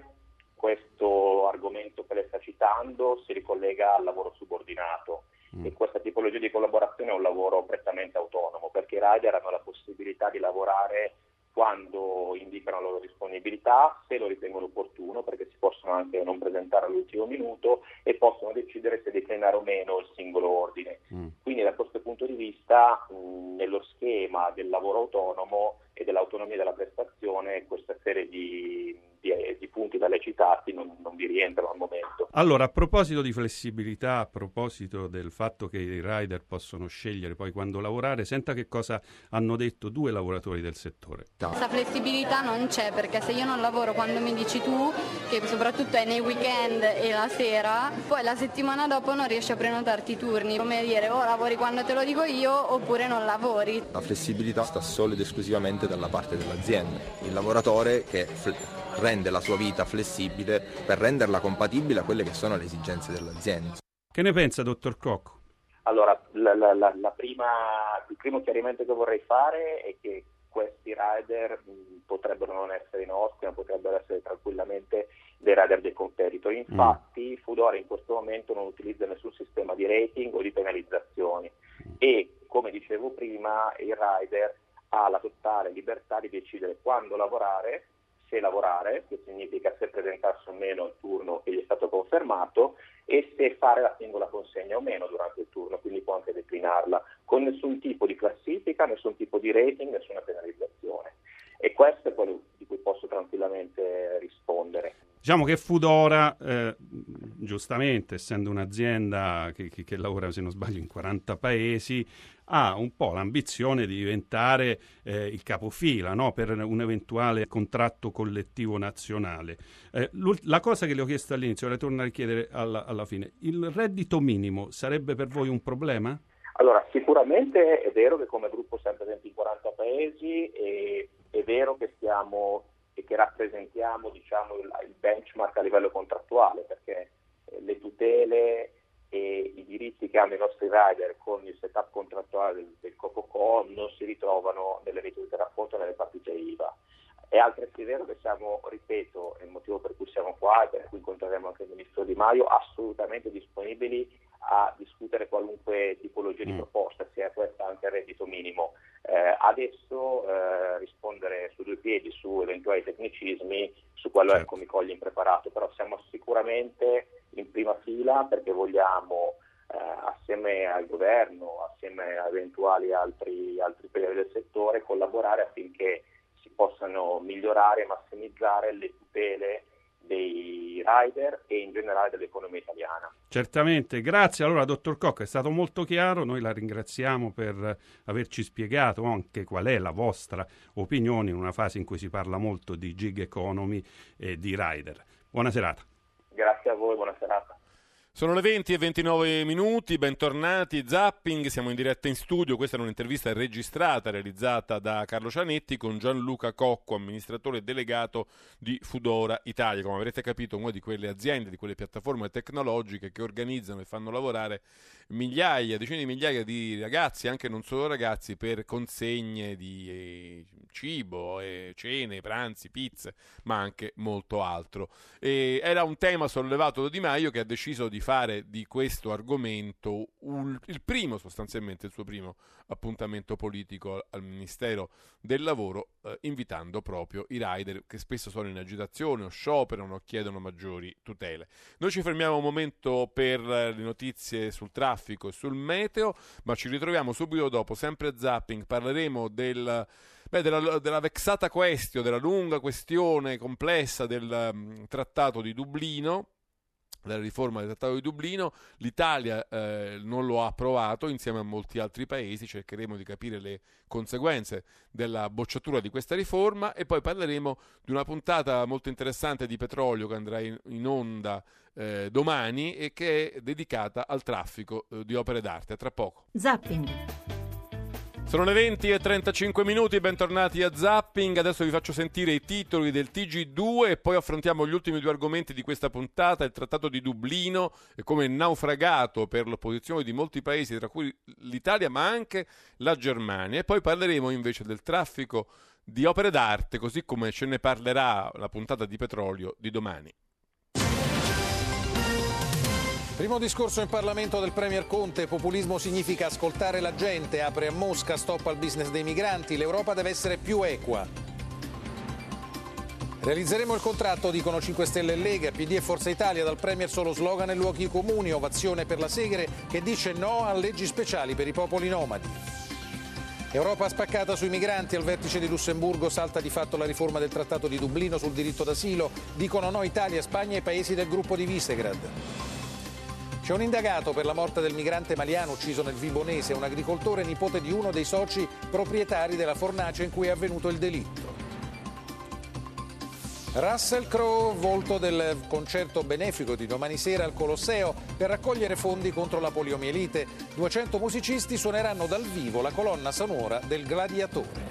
N: questo argomento che lei sta citando si ricollega al lavoro subordinato. E questa tipologia di collaborazione è un lavoro prettamente autonomo, perché i rider hanno la possibilità di lavorare quando indicano la loro disponibilità, se lo ritengono opportuno, perché si possono anche non presentare all'ultimo minuto e possono decidere se declinare o meno il singolo ordine. Quindi da questo punto di vista, nello schema del lavoro autonomo e dell'autonomia della prestazione, questa serie di punti da lei citati non vi rientrano al momento.
M: Allora, a proposito di flessibilità, a proposito del fatto che i rider possono scegliere poi quando lavorare, senta che cosa hanno detto due lavoratori del settore.
O: Questa flessibilità non c'è, perché se io non lavoro quando mi dici tu, che soprattutto è nei weekend e la sera, poi la settimana dopo non riesci a prenotarti i turni, come dire o lavori quando te lo dico io oppure non lavori.
P: La flessibilità sta solo ed esclusivamente dalla parte dell'azienda, il lavoratore che rende la sua vita flessibile per renderla compatibile a quelle che sono le esigenze dell'azienda.
M: Che ne pensa, dottor Cocco?
N: Allora, il primo chiarimento che vorrei fare è che questi rider potrebbero non essere i nostri, ma potrebbero essere tranquillamente dei rider dei competitor. Infatti Foodora in questo momento non utilizza nessun sistema di rating o di penalizzazioni e, come dicevo prima, il rider ha la totale libertà di decidere quando lavorare, se lavorare, che significa se presentarsi o meno al turno che gli è stato confermato, e se fare la singola consegna o meno durante il turno, quindi può anche declinarla, con nessun tipo di classifica, nessun tipo di rating, nessuna penalizzazione. E questo è quello di cui posso tranquillamente rispondere.
M: Diciamo che Foodora, giustamente, essendo un'azienda che lavora, se non sbaglio, in 40 paesi, ha un po' l'ambizione di diventare il capofila, no? Per un eventuale contratto collettivo nazionale. La cosa che le ho chiesto all'inizio, vorrei tornare a chiedere alla fine, il reddito minimo sarebbe per voi un problema?
N: Allora, sicuramente è vero che come gruppo siamo presenti in 40 paesi e è vero che siamo e che rappresentiamo, diciamo, il benchmark a livello contrattuale, perché le tutele e i diritti che hanno i nostri rider con il setup contrattuale del co-co non si ritrovano nelle ritenute da racconto nelle partite IVA. È altresì vero che siamo, ripeto, è il motivo per cui siamo qua e per cui incontreremo anche il Ministro Di Maio, assolutamente disponibili a discutere qualunque tipologia di proposta, sia questa anche il reddito minimo. Adesso rispondere su due piedi su eventuali tecnicismi, su quello ecco mi coglie impreparato, però siamo sicuramente in prima fila perché vogliamo assieme al governo, assieme a eventuali altri player del settore, collaborare affinché si possano migliorare e massimizzare le tutele dei rider e in generale dell'economia italiana.
M: Certamente, grazie. Allora, dottor Cocca, è stato molto chiaro, noi la ringraziamo per averci spiegato anche qual è la vostra opinione in una fase in cui si parla molto di gig economy e di rider. Buona serata.
N: Grazie a voi, buona serata.
E: Sono le 20:29, bentornati, Zapping, siamo in diretta in studio, questa è un'intervista registrata, realizzata da Carlo Cianetti con Gianluca Cocco, amministratore delegato di Foodora Italia, come avrete capito una di quelle aziende, di quelle piattaforme tecnologiche che organizzano e fanno lavorare decine di migliaia di ragazzi, anche non solo ragazzi, per consegne di cibo, cene, pranzi, pizze, ma anche molto altro. Era un tema sollevato da Di Maio che ha deciso di fare di questo argomento il suo primo appuntamento politico al Ministero del Lavoro, invitando proprio i rider che spesso sono in agitazione o scioperano o chiedono maggiori tutele. Noi ci fermiamo un momento per le notizie sul traffico e sul meteo, ma ci ritroviamo subito dopo, sempre a Zapping. Parleremo della vexata question, della lunga questione complessa del Trattato di Dublino, della riforma del Trattato di Dublino. L'Italia non lo ha approvato insieme a molti altri paesi, cercheremo di capire le conseguenze della bocciatura di questa riforma e poi parleremo di una puntata molto interessante di Petrolio che andrà in onda domani e che è dedicata al traffico di opere d'arte. A tra poco.
D: Zapping.
E: Sono le 20:35, bentornati a Zapping. Adesso vi faccio sentire i titoli del TG2 e poi affrontiamo gli ultimi due argomenti di questa puntata, il Trattato di Dublino e come è naufragato per l'opposizione di molti paesi, tra cui l'Italia ma anche la Germania. E poi parleremo invece del traffico di opere d'arte, così come ce ne parlerà la puntata di Petrolio di domani.
Q: Primo discorso in Parlamento del Premier Conte, populismo significa ascoltare la gente, apre a Mosca, stop al business dei migranti, l'Europa deve essere più equa. Realizzeremo il contratto, dicono 5 Stelle e Lega, PD e Forza Italia, dal Premier solo slogan e luoghi comuni, ovazione per la Segre che dice no a leggi speciali per i popoli nomadi. Europa spaccata sui migranti, al vertice di Lussemburgo salta di fatto la riforma del Trattato di Dublino sul diritto d'asilo, dicono no Italia, Spagna e i paesi del gruppo di Visegrad. C'è un indagato per la morte del migrante maliano ucciso nel Vibonese, un agricoltore nipote di uno dei soci proprietari della fornace in cui è avvenuto il delitto. Russell Crowe, volto del concerto benefico di domani sera al Colosseo per raccogliere fondi contro la poliomielite. 200 musicisti suoneranno dal vivo la colonna sonora del Gladiatore.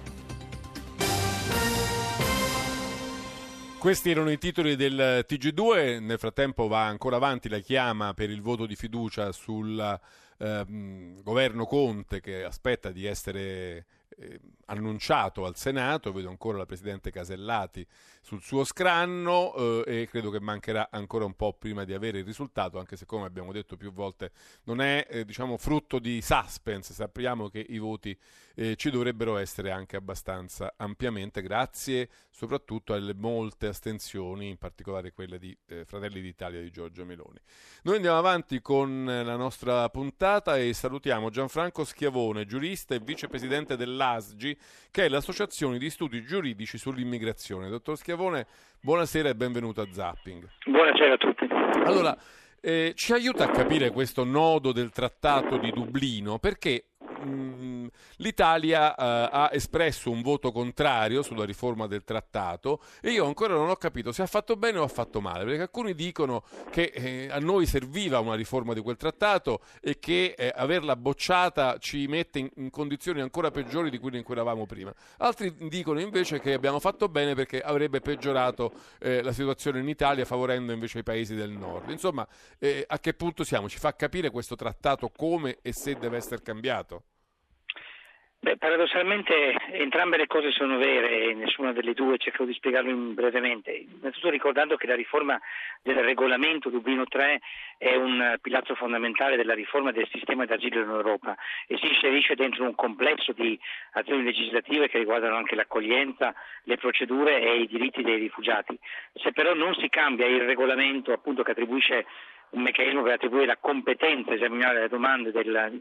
E: Questi erano i titoli del TG2, nel frattempo va ancora avanti la chiama per il voto di fiducia sul governo Conte che aspetta di essere annunciato al Senato. Vedo ancora la Presidente Casellati sul suo scranno e credo che mancherà ancora un po' prima di avere il risultato, anche se, come abbiamo detto più volte, non è frutto di suspense. Sappiamo che i voti ci dovrebbero essere anche abbastanza ampiamente, grazie soprattutto alle molte astensioni, in particolare quelle di Fratelli d'Italia di Giorgia Meloni. Noi andiamo avanti con la nostra puntata e salutiamo Gianfranco Schiavone, giurista e vicepresidente dell'ASGI, che è l'Associazione di Studi Giuridici sull'Immigrazione. Dottor Schiavone, buonasera e benvenuto a Zapping.
I: Buonasera a tutti.
E: Allora, ci aiuta a capire questo nodo del Trattato di Dublino, perché l'Italia ha espresso un voto contrario sulla riforma del trattato e io ancora non ho capito se ha fatto bene o ha fatto male, perché alcuni dicono che a noi serviva una riforma di quel trattato e che averla bocciata ci mette in condizioni ancora peggiori di quelle in cui eravamo prima. Altri dicono invece che abbiamo fatto bene perché avrebbe peggiorato la situazione in Italia, favorendo invece i paesi del nord. Insomma, a che punto siamo? Ci fa capire questo trattato come e se deve essere cambiato?
R: Paradossalmente entrambe le cose sono vere e nessuna delle due, cercherò di spiegarlo brevemente. Innanzitutto ricordando che la riforma del regolamento Dublino 3 è un pilastro fondamentale della riforma del sistema d'asilo in Europa e si inserisce dentro un complesso di azioni legislative che riguardano anche l'accoglienza, le procedure e i diritti dei rifugiati. Se però non si cambia il regolamento, appunto, che attribuisce un meccanismo per attribuire la competenza a esaminare le domande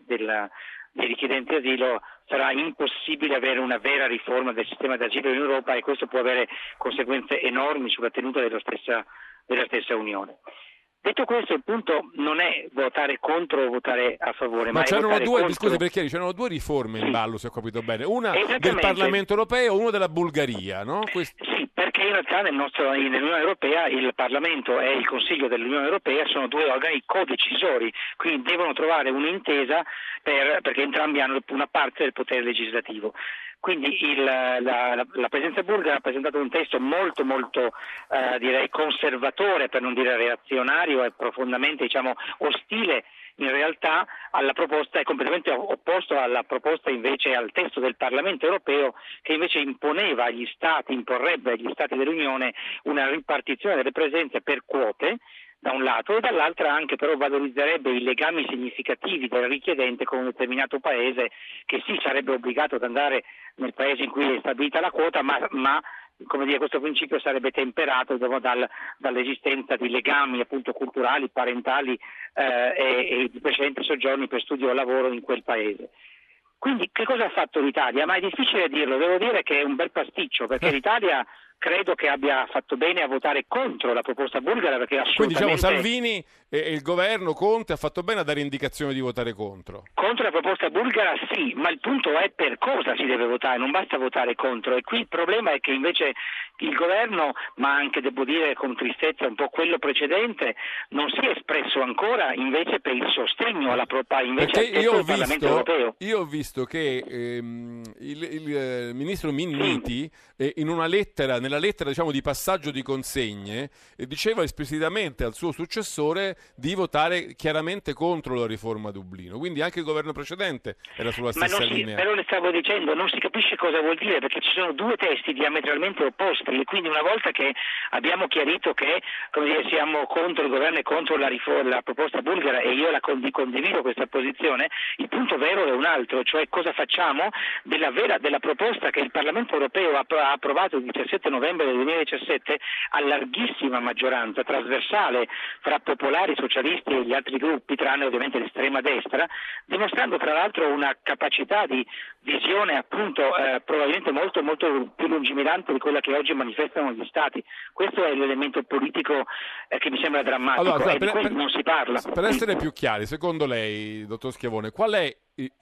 R: dei richiedenti asilo, sarà impossibile avere una vera riforma del sistema d'asilo in Europa e questo può avere conseguenze enormi sulla tenuta della stessa Unione. Detto questo, il punto non è votare contro o votare a favore, ma
E: c'erano
R: votare
E: due,
R: contro...
E: scusi, perché c'erano due riforme in ballo, se ho capito bene, una del Parlamento europeo, una della Bulgaria, no?
R: Sì, perché in realtà nell'Unione Europea il Parlamento e il Consiglio dell'Unione Europea sono due organi codecisori, quindi devono trovare un'intesa perché entrambi hanno una parte del potere legislativo. Quindi la Presidenza bulgara ha presentato un testo molto direi conservatore, per non dire reazionario e profondamente ostile in realtà alla proposta, è completamente opposto alla proposta invece al testo del Parlamento europeo, che invece imporrebbe agli Stati dell'Unione una ripartizione delle presenze per quote da un lato e dall'altra anche però valorizzerebbe i legami significativi del richiedente con un determinato paese che sì sarebbe obbligato ad andare nel paese in cui è stabilita la quota, ma come dire, questo principio sarebbe temperato dall'esistenza di legami appunto culturali, parentali e di precedenti soggiorni per studio o lavoro in quel paese. Quindi che cosa ha fatto l'Italia? Ma è difficile dirlo, devo dire che è un bel pasticcio, perché l'Italia credo che abbia fatto bene a votare contro la proposta bulgara, perché assolutamente...
E: Quindi Salvini e il governo Conte ha fatto bene a dare indicazione di votare contro.
R: Contro la proposta bulgara sì, ma il punto è per cosa si deve votare, non basta votare contro, e qui il problema è che invece il governo, ma anche devo dire con tristezza un po' quello precedente, non si è espresso ancora invece per il sostegno alla proposta, invece al testo del Parlamento europeo.
E: Io ho visto che il ministro Minniti nella lettera di passaggio di consegne diceva esplicitamente al suo successore di votare chiaramente contro la riforma Dublino, quindi anche il governo precedente era sulla stessa linea.
R: Però le stavo dicendo, non si capisce cosa vuol dire, perché ci sono due testi diametralmente opposti e quindi una volta che abbiamo chiarito che siamo contro il governo e contro la proposta bulgara, e io condivido questa posizione, il punto vero è un altro, cioè cosa facciamo della proposta che il Parlamento europeo ha approvato il 17 novembre del 2017 a larghissima maggioranza trasversale fra popolari, socialisti e gli altri gruppi, tranne ovviamente l'estrema destra, dimostrando tra l'altro una capacità di visione appunto probabilmente molto più lungimirante di quella che oggi manifestano gli Stati. Questo è l'elemento politico che mi sembra drammatico, di questo non si parla.
E: Per essere più chiari, secondo lei, dottor Schiavone, qual è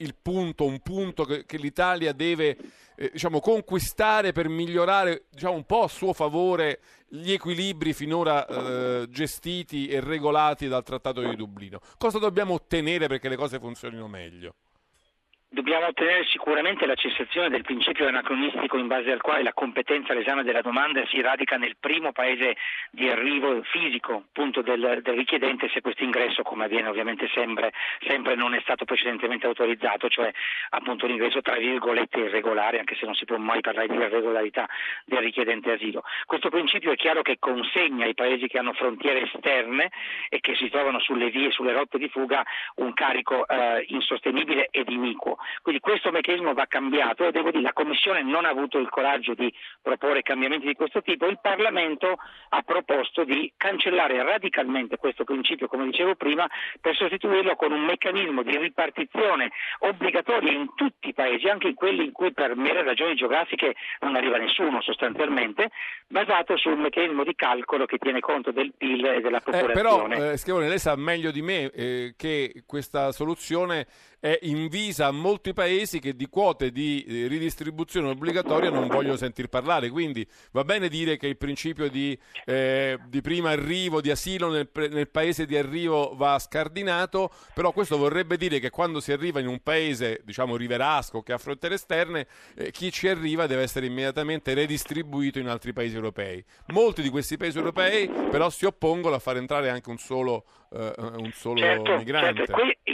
E: un punto che l'Italia deve conquistare per migliorare un po' a suo favore gli equilibri finora gestiti e regolati dal Trattato di Dublino? Cosa dobbiamo ottenere perché le cose funzionino meglio?
R: Dobbiamo ottenere sicuramente la cessazione del principio anacronistico in base al quale la competenza all'esame della domanda si radica nel primo paese di arrivo fisico appunto del richiedente, se questo ingresso, come avviene ovviamente sempre non è stato precedentemente autorizzato, cioè appunto l'ingresso tra virgolette irregolare, anche se non si può mai parlare di irregolarità del richiedente asilo. Questo principio è chiaro che consegna ai paesi che hanno frontiere esterne e che si trovano sulle vie, sulle rotte di fuga, un carico insostenibile ed iniquo. Quindi questo meccanismo va cambiato e devo dire la Commissione non ha avuto il coraggio di proporre cambiamenti di questo tipo. Il Parlamento ha proposto di cancellare radicalmente questo principio, come dicevo prima, per sostituirlo con un meccanismo di ripartizione obbligatoria in tutti i paesi, anche in quelli in cui per mere ragioni geografiche non arriva nessuno sostanzialmente, basato su un meccanismo di calcolo che tiene conto del PIL e della popolazione.
E: Però Schiavone, lei sa meglio di me che questa soluzione è invisa a molti paesi che di quote di ridistribuzione obbligatoria non vogliono sentir parlare, quindi va bene dire che il principio di prima arrivo, di asilo nel paese di arrivo va scardinato, però questo vorrebbe dire che quando si arriva in un paese riverasco che ha frontiere esterne, chi ci arriva deve essere immediatamente redistribuito in altri paesi europei. Molti di questi paesi europei però si oppongono a far entrare anche un solo migrante.
R: Certo.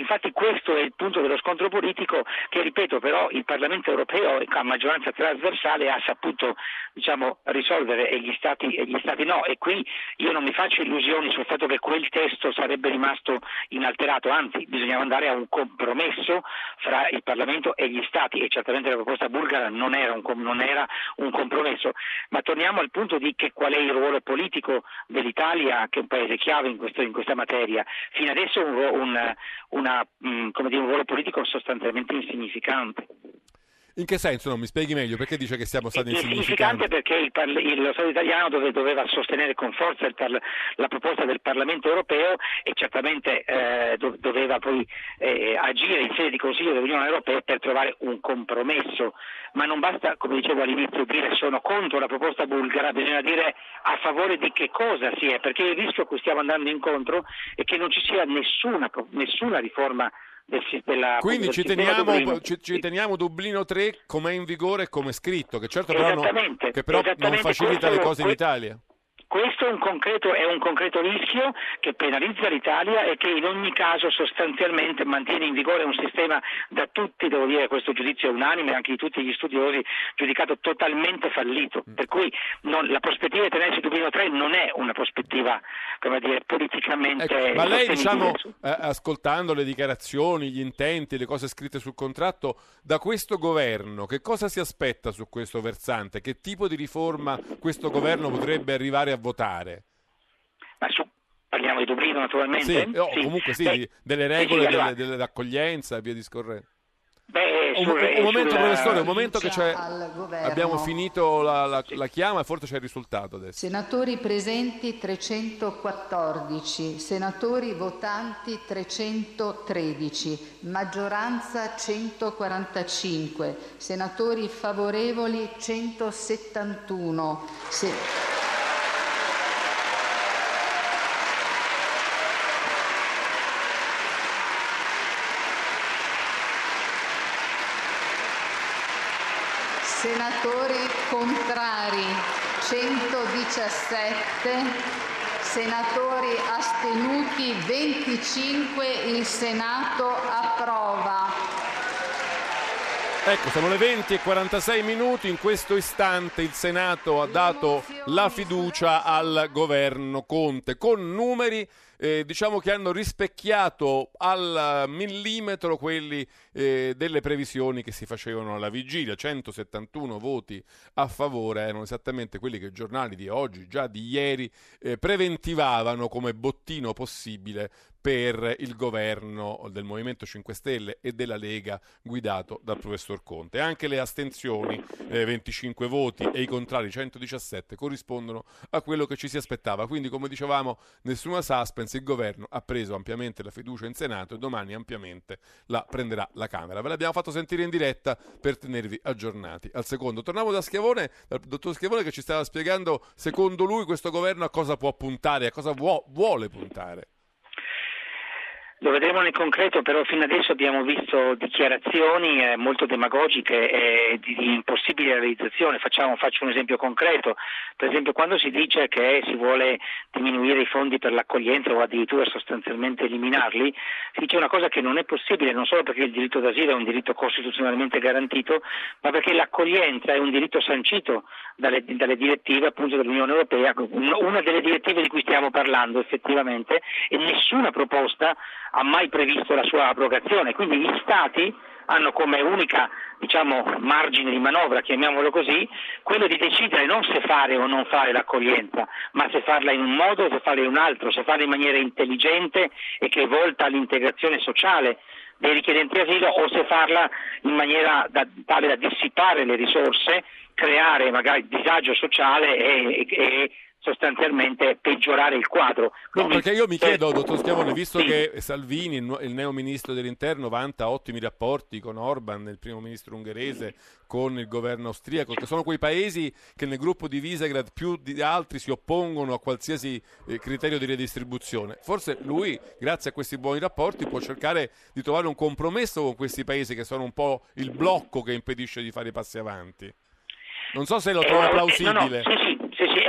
R: infatti questo è il punto dello scontro politico che, ripeto, però il Parlamento europeo a maggioranza trasversale ha saputo risolvere e gli stati no, e qui io non mi faccio illusioni sul fatto che quel testo sarebbe rimasto inalterato, anzi bisognava andare a un compromesso fra il Parlamento e gli stati, e certamente la proposta bulgara non era un compromesso. Ma torniamo al punto di qual è il ruolo politico dell'Italia, che è un paese chiave in questa materia. Fino adesso un ruolo politico sostanzialmente insignificante.
E: In che senso? Non mi spieghi meglio, perché dice che siamo stati
R: insignificanti? Perché lo Stato italiano doveva sostenere con forza la proposta del Parlamento europeo, e certamente doveva poi agire in sede di Consiglio dell'Unione Europea per trovare un compromesso, ma non basta, come dicevo all'inizio, dire sono contro la proposta bulgara, bisogna dire a favore di che cosa si è, perché il rischio a cui stiamo andando incontro è che non ci sia nessuna riforma
E: quindi ci teniamo Dublino 3 come è in vigore e come è scritto, che certo però non facilita le cose in Italia.
R: Questo è un concreto rischio che penalizza l'Italia e che in ogni caso sostanzialmente mantiene in vigore un sistema da tutti, devo dire, questo giudizio è unanime, anche di tutti gli studiosi, giudicato totalmente fallito. Per cui la prospettiva di tenersi Dublino 3 non è una prospettiva, politicamente
E: ma lei, ascoltando le dichiarazioni, gli intenti, le cose scritte sul contratto, da questo governo che cosa si aspetta su questo versante? Che tipo di riforma questo governo potrebbe arrivare a votare?
R: Parliamo di Dublino naturalmente?
E: Sì, comunque delle regole dell'accoglienza e via discorrendo. Un momento, professore, un momento che abbiamo finito la chiama e forse c'è il risultato adesso.
S: Senatori presenti 314, senatori votanti 313, maggioranza 145, senatori favorevoli 171. Senatori contrari 117, senatori astenuti 25, il Senato approva.
E: Ecco, sono le 20:46, in questo istante il Senato ha dato la fiducia al governo Conte con numeri che hanno rispecchiato al millimetro quelli delle previsioni che si facevano alla vigilia. 171 voti a favore erano esattamente quelli che i giornali di oggi, già di ieri, preventivavano come bottino possibile per il governo del Movimento 5 Stelle e della Lega guidato dal professor Conte. Anche le astensioni, 25 voti, e i contrari 117 corrispondono a quello che ci si aspettava. Quindi, come dicevamo, nessuna suspense, il governo ha preso ampiamente la fiducia in Senato e domani ampiamente la prenderà la Camera. Ve l'abbiamo fatto sentire in diretta per tenervi aggiornati al secondo. Torniamo dal dottor Schiavone, che ci stava spiegando, secondo lui, questo governo a cosa può puntare, a cosa vuole puntare.
R: Lo vedremo nel concreto, però fino adesso abbiamo visto dichiarazioni molto demagogiche e di impossibile realizzazione. Faccio un esempio concreto. Per esempio, quando si dice che si vuole diminuire i fondi per l'accoglienza o addirittura sostanzialmente eliminarli, si dice una cosa che non è possibile, non solo perché il diritto d'asilo è un diritto costituzionalmente garantito, ma perché l'accoglienza è un diritto sancito dalle direttive appunto dell'Unione Europea, una delle direttive di cui stiamo parlando effettivamente, e nessuna proposta ha mai previsto la sua abrogazione. Quindi gli Stati hanno come unica margine di manovra, chiamiamolo così, quello di decidere non se fare o non fare l'accoglienza, ma se farla in un modo o se farla in un altro, se farla in maniera intelligente e che è volta all'integrazione sociale dei richiedenti asilo, o se farla in maniera tale da dissipare le risorse, creare magari disagio sociale e sostanzialmente peggiorare il quadro.
E: Quindi, no, perché io mi chiedo, dottor Schiavone, visto che Salvini, il neo ministro dell'interno, vanta ottimi rapporti con Orban, il primo ministro ungherese, con il governo austriaco, che sono quei paesi che nel gruppo di Visegrad più di altri si oppongono a qualsiasi criterio di redistribuzione, forse lui, grazie a questi buoni rapporti, può cercare di trovare un compromesso con questi paesi che sono un po' il blocco che impedisce di fare i passi avanti. Non so se lo trovo plausibile.
R: Sì, è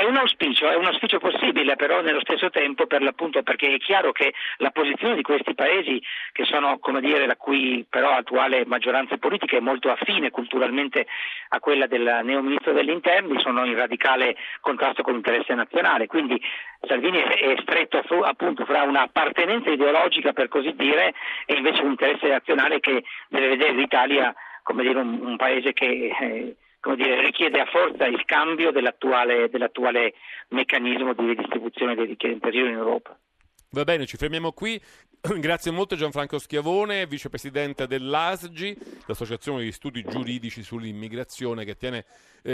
R: un auspicio possibile, però nello stesso tempo per l'appunto, perché è chiaro che la posizione di questi paesi, che sono, come dire, la cui però attuale maggioranza politica è molto affine culturalmente a quella del neo ministro degli interni, sono in radicale contrasto con l'interesse nazionale, quindi Salvini è stretto appunto fra una appartenenza ideologica, per così dire, e invece un interesse nazionale che deve vedere l'Italia come dire un paese che richiede a forza il cambio dell'attuale meccanismo di redistribuzione dei richiedenti in Europa.
E: Va bene, ci fermiamo qui. Grazie molto Gianfranco Schiavone, vicepresidente dell'ASGI, l'Associazione di Studi Giuridici sull'Immigrazione, che tiene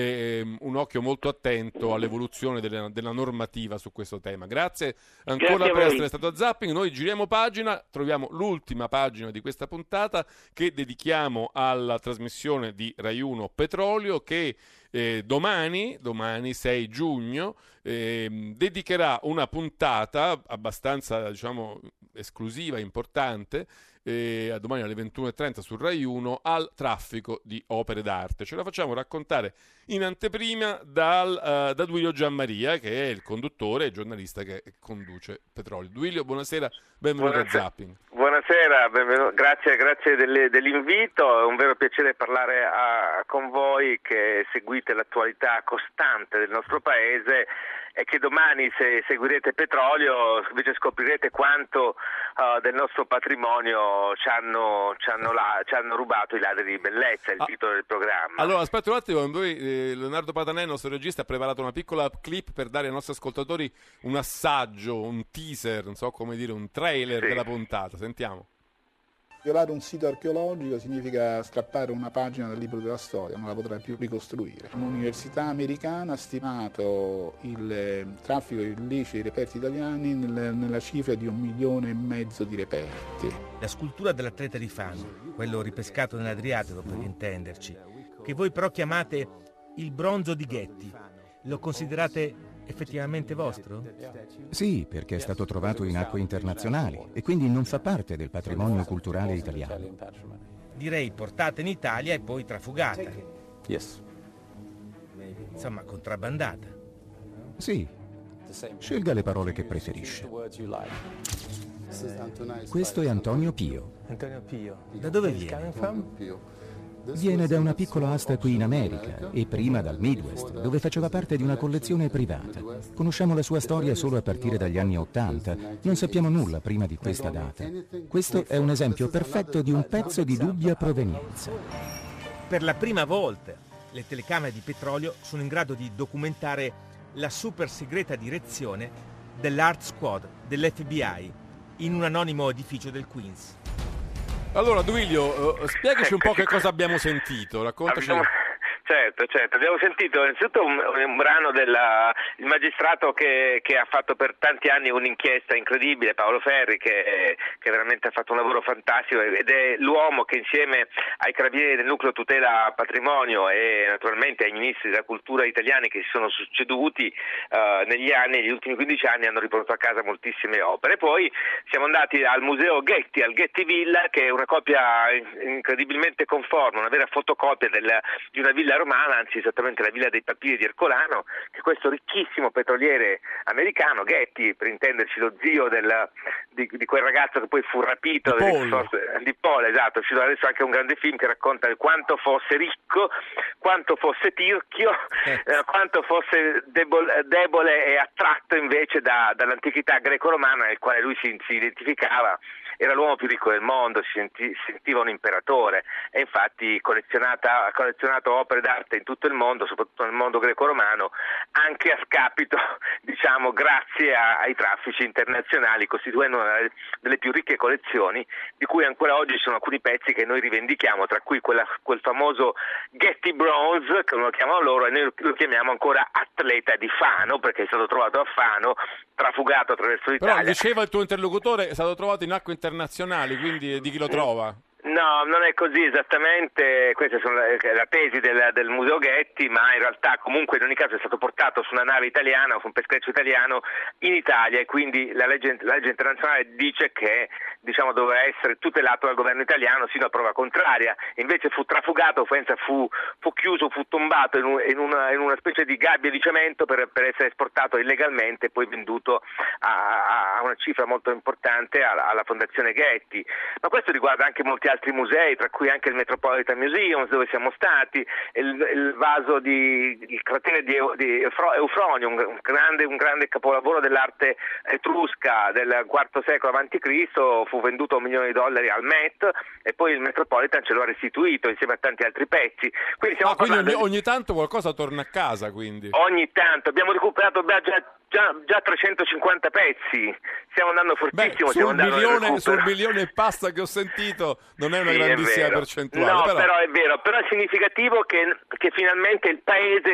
E: un occhio molto attento all'evoluzione della normativa su questo tema. Grazie ancora per essere stato a Zapping. Noi giriamo pagina, troviamo l'ultima pagina di questa puntata che dedichiamo alla trasmissione di Rai 1 Petrolio, che domani 6 giugno dedicherà una puntata abbastanza esclusiva, importante, domani alle 21:30 su Rai 1, al traffico di opere d'arte. Ce la facciamo raccontare in anteprima da Duilio Gianmaria, che è il conduttore e giornalista che conduce Petrolio. Duilio, buonasera, benvenuto a Zapping.
T: Buonasera, benvenuto. Grazie dell'invito, è un vero piacere parlare con voi che seguite l'attualità costante del nostro paese e che domani, se seguirete Petrolio, invece scoprirete quanto del nostro patrimonio ci hanno rubato i ladri di bellezza, il titolo del programma.
E: Allora, aspetta un attimo, Leonardo Patanè, il nostro regista, ha preparato una piccola clip per dare ai nostri ascoltatori un assaggio, un teaser, non so come dire, un trailer della puntata. Sentiamo.
U: Violare un sito archeologico significa strappare una pagina dal libro della storia, non la potrai più ricostruire. Un'università americana ha stimato il traffico illecito di reperti italiani nella cifra di 1,5 milioni di reperti.
V: La scultura dell'atleta di Fano, quello ripescato nell'Adriatico per intenderci, che voi però chiamate il bronzo di Getty, lo considerate effettivamente vostro?
W: Sì, perché è stato trovato in acque internazionali e quindi non fa parte del patrimonio culturale italiano.
V: Direi portata in Italia e poi trafugata. Insomma, contrabbandata.
W: Sì, scelga le parole che preferisce. Questo è Antonio Pio.
V: Da dove viene?
W: Viene da una piccola asta qui in America e prima dal Midwest, dove faceva parte di una collezione privata. Conosciamo la sua storia solo a partire dagli anni '80, non sappiamo nulla prima di questa data. Questo è un esempio perfetto di un pezzo di dubbia provenienza.
V: Per la prima volta le telecamere di Petrolio sono in grado di documentare la super segreta direzione dell'Art Squad dell'FBI in un anonimo edificio del Queens.
E: Allora Duilio, spiegaci un po' che cosa abbiamo sentito, raccontaci.
T: Certo, abbiamo sentito innanzitutto un brano del magistrato che ha fatto per tanti anni un'inchiesta incredibile, Paolo Ferri, che veramente ha fatto un lavoro fantastico ed è l'uomo che insieme ai carabinieri del nucleo tutela patrimonio e naturalmente ai ministri della cultura italiani che si sono succeduti negli ultimi 15 anni hanno riportato a casa moltissime opere. Poi siamo andati al museo Getty, al Getty Villa, che è una copia incredibilmente conforme, una vera fotocopia di una villa romana, anzi esattamente la Villa dei Papiri di Ercolano, che questo ricchissimo petroliere americano, Getty, per intenderci lo zio di quel ragazzo che poi fu rapito di Paul, esatto, è uscito adesso anche un grande film che racconta quanto fosse ricco, quanto fosse tirchio, quanto fosse debole e attratto invece dall'antichità greco-romana nel quale lui si identificava. Era l'uomo più ricco del mondo, si sentiva un imperatore e infatti ha collezionato opere d'arte in tutto il mondo, soprattutto nel mondo greco-romano, anche a scapito, grazie ai traffici internazionali, costituendo una delle più ricche collezioni, di cui ancora oggi ci sono alcuni pezzi che noi rivendichiamo, tra cui quel famoso Getty Bronze, che lo chiamano loro, e noi lo chiamiamo ancora atleta di Fano, perché è stato trovato a Fano, trafugato attraverso l'Italia.
E: Però diceva il tuo interlocutore, è stato trovato in acque internazionali, quindi di chi lo trova?
T: No, non è così esattamente, questa è la tesi del Museo Ghetti, ma in realtà comunque in ogni caso è stato portato su una nave italiana o su un peschereccio italiano in Italia, e quindi la legge internazionale dice che doveva essere tutelato dal governo italiano sino a prova contraria. Invece fu trafugato, fu chiuso, fu tombato in una specie di gabbia di cemento per essere esportato illegalmente e poi venduto a una cifra molto importante alla Fondazione Ghetti. Ma questo riguarda anche molti altri musei, tra cui anche il Metropolitan Museum, dove siamo stati, il cratere di Eufronio, un grande capolavoro dell'arte etrusca del IV secolo a.C., fu venduto $1 milione al Met, e poi il Metropolitan ce lo ha restituito insieme a tanti altri pezzi. Quindi
E: ogni tanto qualcosa torna a casa, quindi.
T: Ogni tanto abbiamo recuperato già 350 pezzi, stiamo andando fortissimo.
E: Sul milione e pasta che ho sentito non è una grandissima percentuale.
T: Però è vero, però è significativo che finalmente il paese,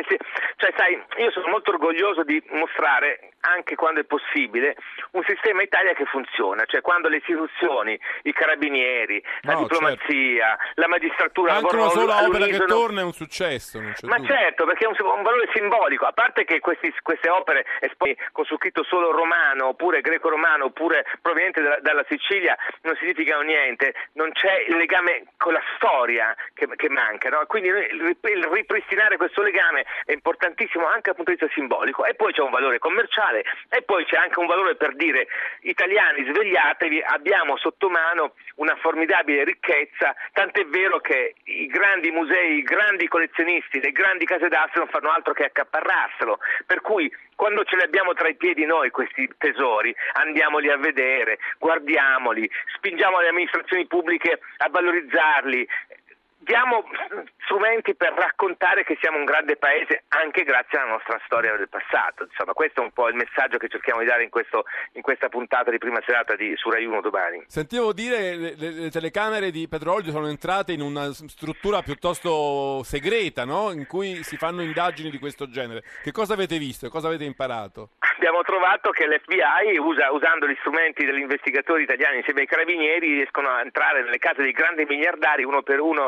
T: io sono molto orgoglioso di mostrare, anche quando è possibile, un sistema Italia che funziona, cioè quando le istituzioni, i carabinieri, la diplomazia, la magistratura
E: anche una sola opera che torna è un successo, non c'è dubbio.
T: Certo, perché è un valore simbolico, a parte che queste opere con su scritto solo romano oppure greco-romano oppure proveniente dalla Sicilia non significano niente, non c'è il legame con la storia che manca, no? Quindi il ripristinare questo legame è importantissimo anche dal punto di vista simbolico, e poi c'è un valore commerciale, e poi c'è anche un valore per dire: italiani, svegliatevi, abbiamo sotto mano una formidabile ricchezza, tant'è vero che i grandi musei, i grandi collezionisti, le grandi case d'arte non fanno altro che accaparrarselo, per cui quando ce li abbiamo tra i piedi noi questi tesori, andiamoli a vedere, guardiamoli, spingiamo le amministrazioni pubbliche a valorizzarli, diamo strumenti per raccontare che siamo un grande paese anche grazie alla nostra storia del passato. Insomma, questo è un po' il messaggio che cerchiamo di dare in questa puntata di prima serata su Rai 1 domani.
E: Sentivo dire le telecamere di petrolio sono entrate in una struttura piuttosto segreta, no? In cui si fanno indagini di questo genere. Che cosa avete visto e cosa avete imparato?
T: Abbiamo trovato che l'FBI, usando gli strumenti degli investigatori italiani insieme ai carabinieri, riescono a entrare nelle case dei grandi miliardari, uno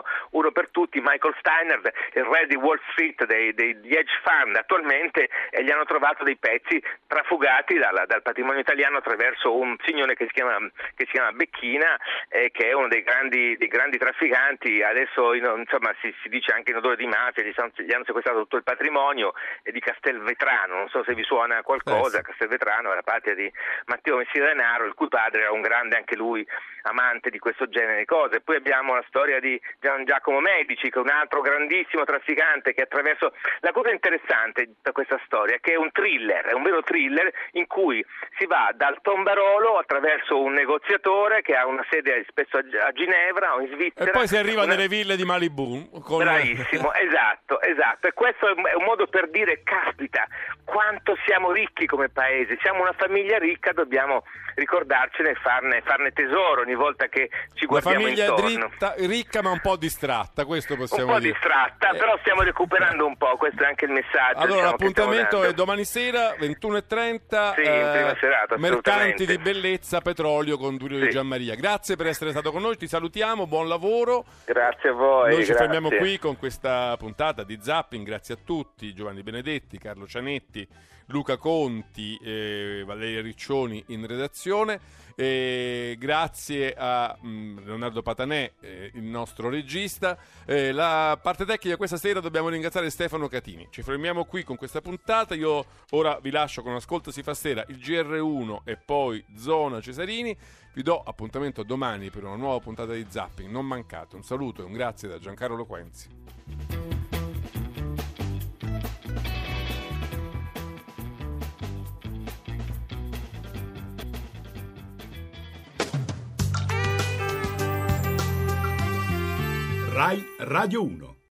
T: per tutti, Michael Steiner, il re di Wall Street degli hedge fund attualmente, e gli hanno trovato dei pezzi trafugati dal patrimonio italiano attraverso un signore che si chiama Becchina, che è uno dei grandi trafficanti. Adesso si dice anche in odore di mafia, gli hanno sequestrato tutto il patrimonio di Castelvetrano, non so se vi suona qualcosa. Castelvetrano è la patria di Matteo Messina Denaro, il cui padre era un grande anche lui amante di questo genere di cose. Poi abbiamo la storia di Gian Giacomo Medici, che è un altro grandissimo trafficante che attraverso... La cosa interessante da questa storia è che è un thriller, è un vero thriller in cui si va dal tombarolo attraverso un negoziatore che ha una sede spesso a Ginevra o in Svizzera.
E: E poi si arriva nelle ville di Malibu.
T: Bravissimo, esatto. E questo è un modo per dire: caspita, quanto siamo ricchi come paese, siamo una famiglia ricca, dobbiamo ricordarcene e farne tesoro ogni volta che ci guardiamo intorno.
E: Una famiglia ricca ma un po' distratta, questo possiamo dire.
T: Un po' distratta, però stiamo recuperando un po', questo è anche il messaggio.
E: Allora, l'appuntamento è domani sera, 21:30,
T: sì, in prima serata,
E: Mercanti di Bellezza Petrolio con Durio Di Gianmaria. Grazie per essere stato con noi, ti salutiamo, buon lavoro.
T: Grazie a voi.
E: Noi ci fermiamo qui con questa puntata di Zapping, grazie a tutti, Giovanni Benedetti, Carlo Cianetti, Luca Conti, Valeria Riccioni in redazione, grazie a Leonardo Patanè, il nostro regista. La parte tecnica questa sera dobbiamo ringraziare Stefano Catini. Ci fermiamo qui con questa puntata, io ora vi lascio con Ascolta si fa sera, il GR1 e poi Zona Cesarini. Vi do appuntamento domani per una nuova puntata di Zapping, non mancate. Un saluto e un grazie da Giancarlo Loquenzi.
A: Rai Radio 1.